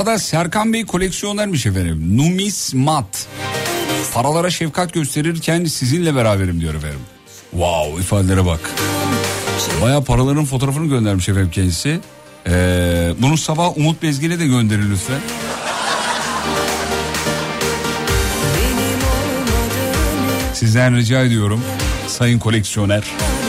arada Serkan Bey koleksiyonermiş efendim. Numismat. Paralara şefkat gösterirken sizinle beraberim diyor efendim. Wow, ifadelere bak. Bayağı paraların fotoğrafını göndermiş efendim kendisi. Ee, bunu sabah Umut Bezgin'e de gönderin lütfen. Sizden rica ediyorum sayın koleksiyoner.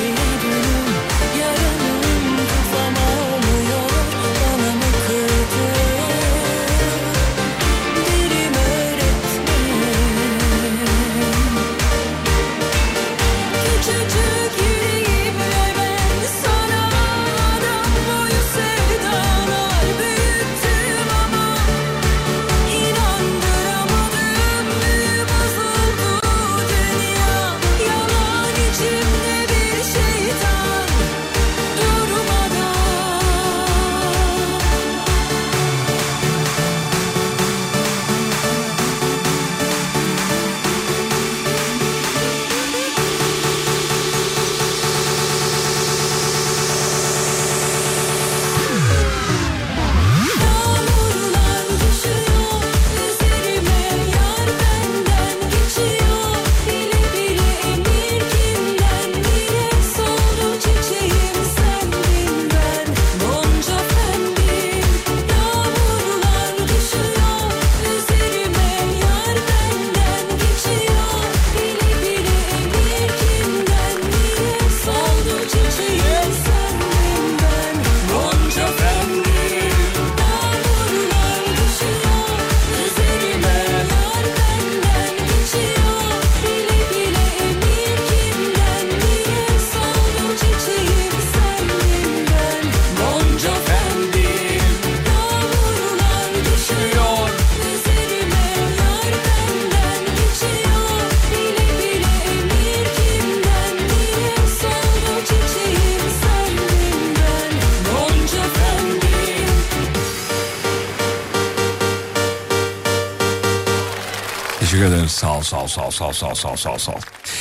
Sağ ol, sağ ol, sağ ol, sağ ol, sağ ol, sağ ol, sağ ol, sağ ol.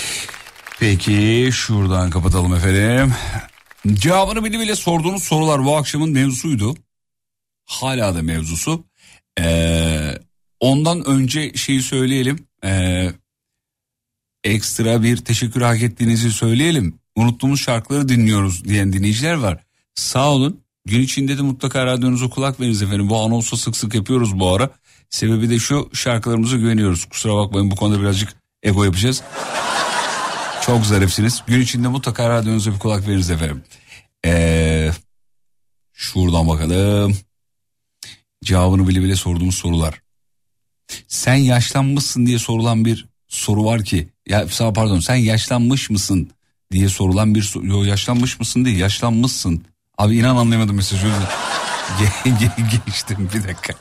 Peki şuradan kapatalım efendim. Cevabını bile bile sorduğunuz sorular bu akşamın mevzusuydu. Hala da mevzusu. Ee, ondan önce şeyi söyleyelim. Ee, ekstra bir teşekkür hak ettiğinizi söyleyelim. Unuttuğumuz şarkıları dinliyoruz diyen dinleyiciler var. Sağ olun. Gün içinde de mutlaka radyonuza kulak veriniz efendim. Bu anonsu sık sık yapıyoruz bu ara. Sebebi de şu, şarkılarımıza güveniyoruz. Kusura bakmayın, bu konuda birazcık ego yapacağız. Çok zarifsiniz. Gün içinde mutlaka radyonuza bir kulak veriniz efendim. Ee, şuradan bakalım. Cevabını bile bile sorduğumuz sorular. Sen yaşlanmışsın diye sorulan bir soru var ki. Ya pardon, sen yaşlanmış mısın diye sorulan bir soru. Yok, yaşlanmış mısın değil, yaşlanmışsın. Abi inan anlayamadım mesajı. Ge- ge- geçtim bir dakika.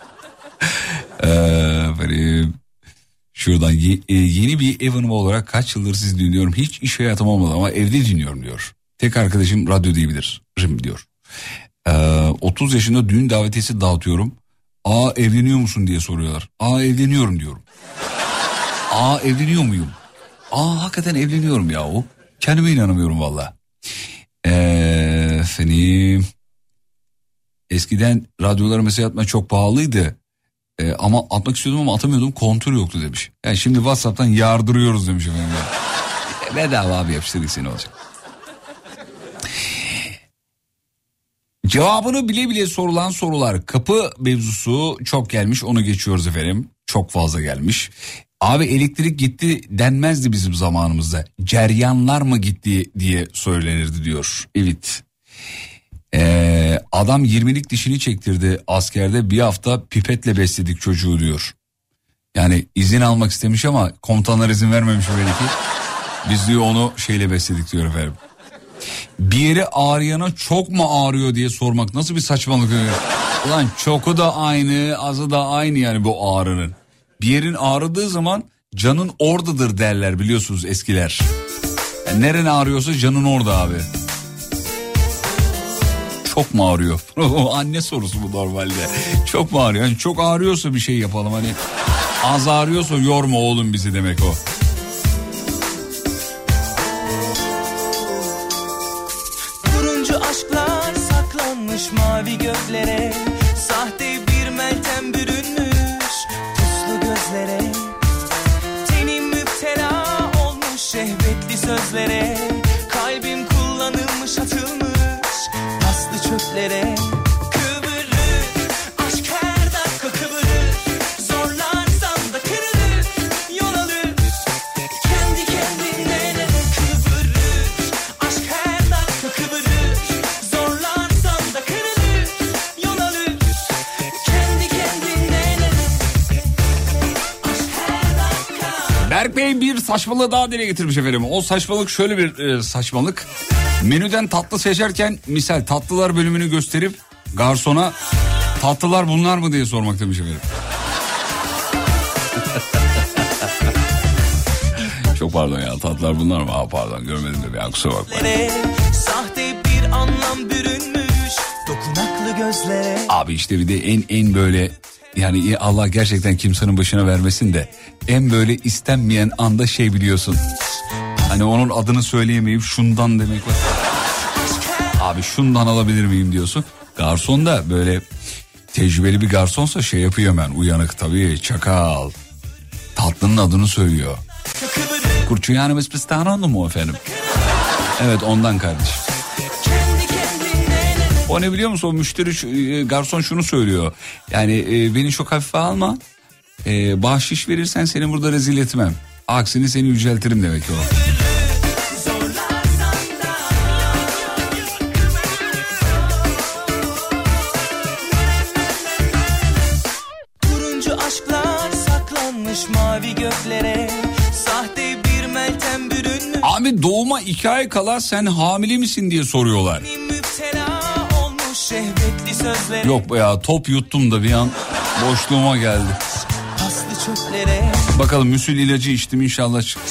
Ee, şuradan ye, e, yeni bir ev hanımı olarak kaç yıldır sizi dinliyorum. Hiç iş hayatım olmadı ama evde dinliyorum diyor. Tek arkadaşım radyo diyebilir diyor. Ee, otuz yaşında düğün davetiyesi dağıtıyorum. Aa evleniyor musun diye soruyorlar. Aa evleniyorum diyorum. Aa evleniyor muyum? Aa hakikaten evleniyorum yahu. Kendime inanamıyorum valla. Ee, efendim. Eskiden radyolara mesaj atma çok pahalıydı. Ee, ama atmak istiyordum ama atamıyordum, kontür yoktu demiş. Yani şimdi WhatsApp'tan yardırıyoruz demiş efendim. Ya. Bedava abi, yapıştırdık seni, olacak. Cevabını bile bile sorulan sorular. Kapı mevzusu çok gelmiş, onu geçiyoruz efendim. Çok fazla gelmiş. Abi elektrik gitti denmezdi bizim zamanımızda. Ceryanlar mı gitti diye söylenirdi diyor. Evet. Ee, adam yirmilik dişini çektirdi askerde, bir hafta pipetle besledik çocuğu diyor. Yani izin almak istemiş ama komutanlar izin vermemiş belki. Biz diyor onu şeyle besledik diyor efendim. Bir yeri ağrıyana çok mu ağrıyor diye sormak nasıl bir saçmalık öyle. Ulan çoku da aynı, azı da aynı yani bu ağrının. Bir yerin ağrıdığı zaman canın oradadır derler, biliyorsunuz eskiler. Yani neren ağrıyorsa canın orada abi. Çok mu ağrıyor? Anne sorusu bu normalde. Çok mu ağrıyor? Yani çok ağrıyorsa bir şey yapalım hani. Az ağrıyorsa yorma oğlum bizi demek o. Turuncu aşklar saklanmış mavi göklere. Sahte bir meltem bürü sözlere, kalbim kullanılmış atılmış paslı çöplere. Kıvırır aşk her dakika kıvırır, zorlarsam da kırılır yol alır kendi kendine. Kıvırır aşk her dakika kıvırır, zorlarsam da kırılır yol alır kendi kendine. Aşk her dakika. Berk Bey bir saçmalığı daha dile getirmiş efendim. O saçmalık şöyle bir e, saçmalık. Menüden tatlı seçerken misal tatlılar bölümünü gösterip garsona tatlılar bunlar mı diye sormak demiş efendim. Çok pardon ya, tatlılar bunlar mı? Aa, pardon görmedim de ya, kusura bakma. Sahte bir anlam bürünmüş dokunaklı gözlere. Abi işte bir de en en böyle yani Allah gerçekten kimsenin başına vermesin de en böyle istenmeyen anda şey biliyorsun. Hani onun adını söyleyemeyip şundan demek var. Abi şundan alabilir miyim diyorsun. Garson da böyle tecrübeli bir garsonsa şey yapıyor hemen, uyanık tabii, çakal. Tatlının adını söylüyor. Kurçuyanımız pistanonlu mu efendim? Evet ondan kardeşim. O ne biliyor musun? O müşteri, garson şunu söylüyor. Yani e, beni çok hafife alma. E, bahşiş verirsen seni burada rezil etmem. Aksini seni yüceltirim demek ki o. Turuncu aşklar saklanmış mavi göklere, sahte bir meltem bürünmüş. Abi doğuma iki ay kala sen hamile misin diye soruyorlar. Şehvetli sözlere. Yok ya, top yuttum da bir an boşluğuma geldi. Paslı çöplere. Bakalım müsül ilacı içtim inşallah çıksın.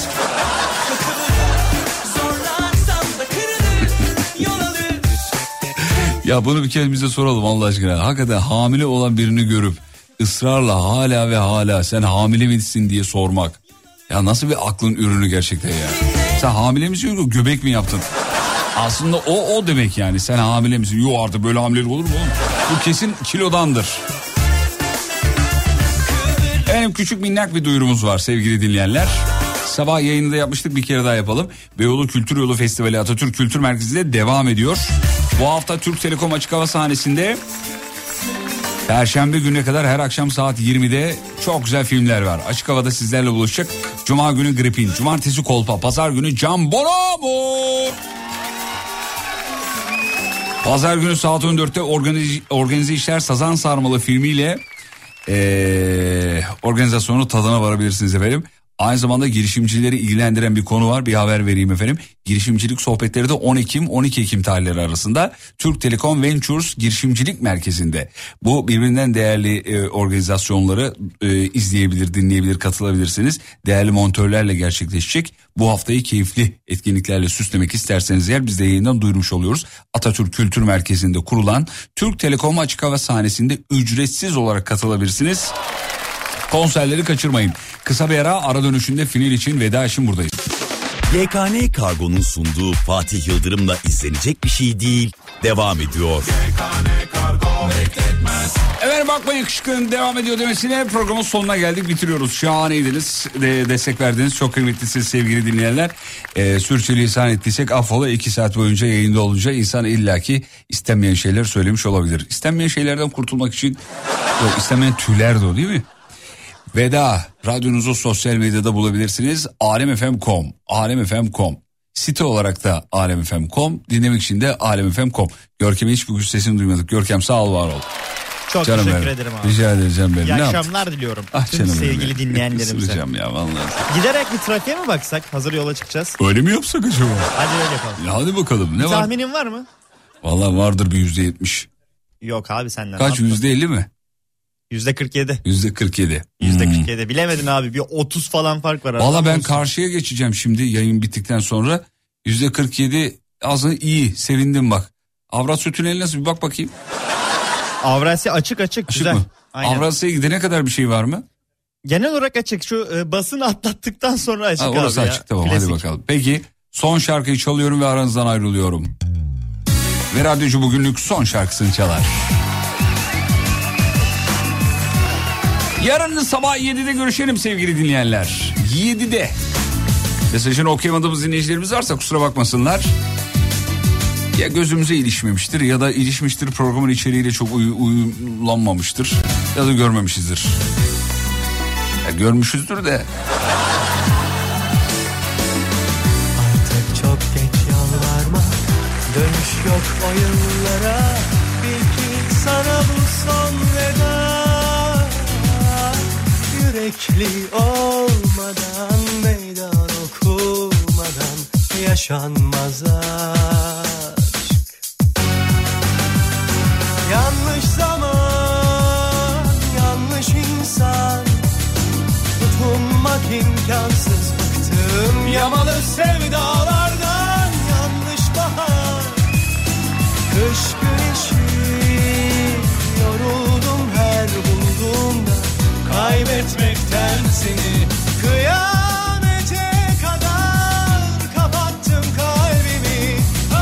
Ya bunu bir kez bize soralım Allah aşkına. Hakikaten hamile olan birini görüp ısrarla hala ve hala sen hamile misin diye sormak. Ya nasıl bir aklın ürünü gerçekten ya. Sen hamile misin yoksa göbek mi yaptın? Aslında o o demek yani, sen hamile misin? Yok artık böyle hamilelik olur mu oğlum? Bu kesin kilodandır. Benim küçük minnak bir duyurumuz var sevgili dinleyenler. Sabah yayını da yapmıştık, bir kere daha yapalım. Beyoğlu Kültür Yolu Festivali Atatürk Kültür Merkezi'nde devam ediyor. Bu hafta Türk Telekom Açık Hava sahnesinde Perşembe gününe kadar her akşam saat yirmide çok güzel filmler var. Açık havada sizlerle buluşacak. Cuma günü Gripin, Cumartesi Kolpa, Pazar günü Can Bonomo. Pazar günü saat on dörtte organize, organize işler Sazan Sarmalı filmiyle ee, organizasyonu tadına varabilirsiniz efendim. Aynı zamanda girişimcileri ilgilendiren bir konu var, bir haber vereyim efendim. Girişimcilik sohbetleri de on Ekim on iki Ekim tarihleri arasında Türk Telekom Ventures Girişimcilik Merkezi'nde. Bu birbirinden değerli e, organizasyonları e, izleyebilir, dinleyebilir, katılabilirsiniz. Değerli montörlerle gerçekleşecek. Bu haftayı keyifli etkinliklerle süslemek isterseniz eğer biz de yayından duyurmuş oluyoruz. Atatürk Kültür Merkezi'nde kurulan Türk Telekom Açık Hava sahnesinde ücretsiz olarak katılabilirsiniz. Konserleri kaçırmayın. Kısa bir ara, ara dönüşünde final için veda için buradayız. Y K N Kargo'nun sunduğu Fatih Yıldırım'la izlenecek bir şey değil devam ediyor. Y K N Kargo bekletmez. Evet bakmayın, yakışıklının devam ediyor demesine programın sonuna geldik, bitiriyoruz. Şahaneydiniz, de, destek verdiniz, çok kıymetlisiniz sevgili dinleyenler. Ee, sürçülisan ettiysek affola. iki saat boyunca yayında olunca insan illaki istenmeyen şeyler söylemiş olabilir. İstenmeyen şeylerden kurtulmak için, yok istenmeyen tüyler de o değil mi? Veda, radyonuzu sosyal medyada bulabilirsiniz. alemfm nokta com, alemfm nokta com. Site olarak da alemfm nokta com, dinlemek için de alemfm nokta com. Görkem'e hiç bugün sesini duymadık. Görkem sağ ol, var ol. Çok canım teşekkür benim. ederim abi. Rica edeceğim benim. İyi ne akşamlar yaptın? diliyorum. Ah Tüm canım sevgili benim. dinleyenlerimize. Isıracağım ya vallahi. Giderek bir trafiğe mi baksak? Hazır yola çıkacağız. Öyle mi yapsak acaba? Hadi öyle yapalım. Ya hadi bakalım, ne var? Tahminin var mı? Vallahi vardır bir yüzde yetmiş. Yok abi senden. Kaç, yüzde elli mi? Yüzde kırk yedi. Yüzde kırk yedi. Yüzde Hmm. kırk yedi. Bilemedin abi, bir otuz falan fark var. Valla ben olsun. karşıya geçeceğim şimdi yayın bittikten sonra. Yüzde kırk yedi aslında iyi, sevindim bak. Avrasya Tüneli nasıl, bir bak bakayım. Avrasya açık açık, Açık güzel. mı? Aynen. Avrasya'ya gidene kadar bir şey var mı? Genel olarak açık, şu e, basını atlattıktan sonra açık Ha, abi orası ya. açık, tamam. Klasik. Hadi bakalım. Peki son şarkıyı çalıyorum ve aranızdan ayrılıyorum. Ve radyocu bugünlük son şarkısını çalar. Yarın sabah yedide görüşelim sevgili dinleyenler. yedide. Mesajını okuyamadığımız dinleyicilerimiz varsa kusura bakmasınlar. Ya gözümüze ilişmemiştir ya da ilişmiştir, programın içeriğiyle çok uy- uyumlanmamıştır ya da görmemişizdir. Ya görmüşüzdür de. Artık çok geç yalvarma, dönüş yok o yıllara. Bil ki sana bu son veda. Yürekli olmadan, meydan okumadan yaşanmaz aşk. Yanlış zaman, yanlış insan, tutunmak imkansız. Bıktım yamalı sevdalardan, yanlış bahar, kış güneşi. Yoruldum her bulduğumda kaybetmekten seni. Kıyamete kadar kapattım kalbimi.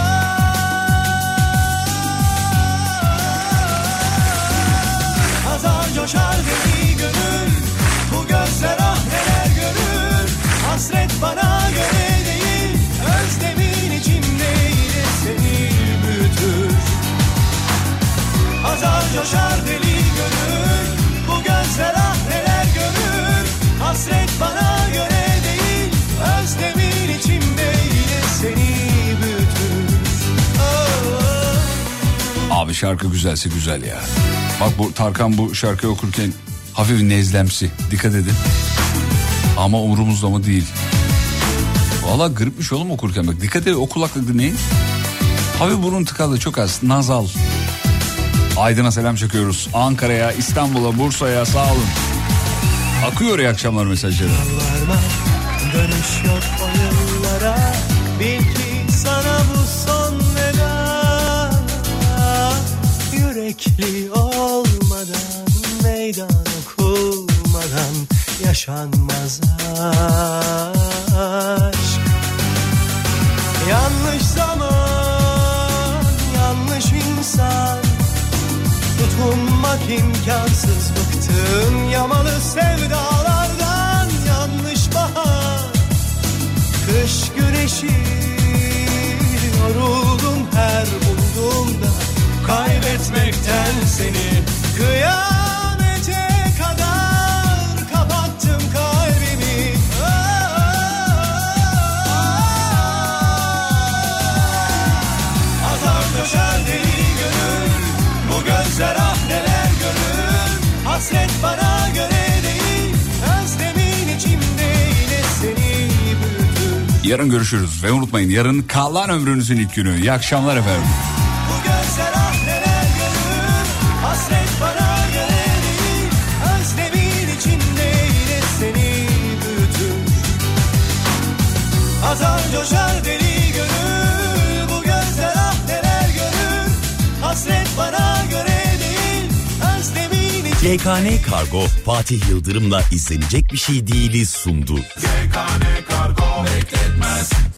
Hazar coşar deli gönül, bu gözler ah neler görür. Hasret bana göre değil, özlemin içimde yine seni büyütür. Hazar coşar deli gönül, bu gözler ah neler görür. Hasret bana göre değil, özlemin içimde yine seni büyütür. Oh, oh. Abi şarkı güzelse güzel ya. Bak bu Tarkan bu şarkıyı okurken hafif nezlemsi, dikkat edin. Ama umurumuzda mı değil. Valla gripmiş oğlum okurken, bak dikkat edin, o kulaklık dinleyin. Hafif burun tıkalı, çok az, nazal. Aydın'a selam çekiyoruz. Ankara'ya, İstanbul'a, Bursa'ya sağ olun. Akıyor ya akşamlar mesajları. Yalvarma, dönüş yok o yıllara. Bil ki sana bu son veda. Yürekli olmadan, meydan okumadan yaşanmaz aşk. Yanlış zaman, yanlış insan, tutunmak imkansız. Bıktım yamalı sevdalardan, yanlış bahar, kış güneşi. Yoruldum her bulduğumda kaybetmekten seni. Kıyamete kadar kapattım kalbimi. Azar döşer deli gönül, bu gözler ah neler görür. Hasret bana göre değil, özlemin içimde yine seni büyütür. Yarın görüşürüz ve unutmayın, yarın kalan ömrünüzün ilk günü. İyi akşamlar efendim. Bu gözler ah neler görür. Hasret bana göre değil, özlemin içimde yine seni büyütür. Azar coşar deli gönül, bu gözler ah neler görür. Hasret bana göre değil, özlemin içimde. Y K N Kargo Fatih Yıldırım'la izlenecek bir şey değiliz sundu. Y K N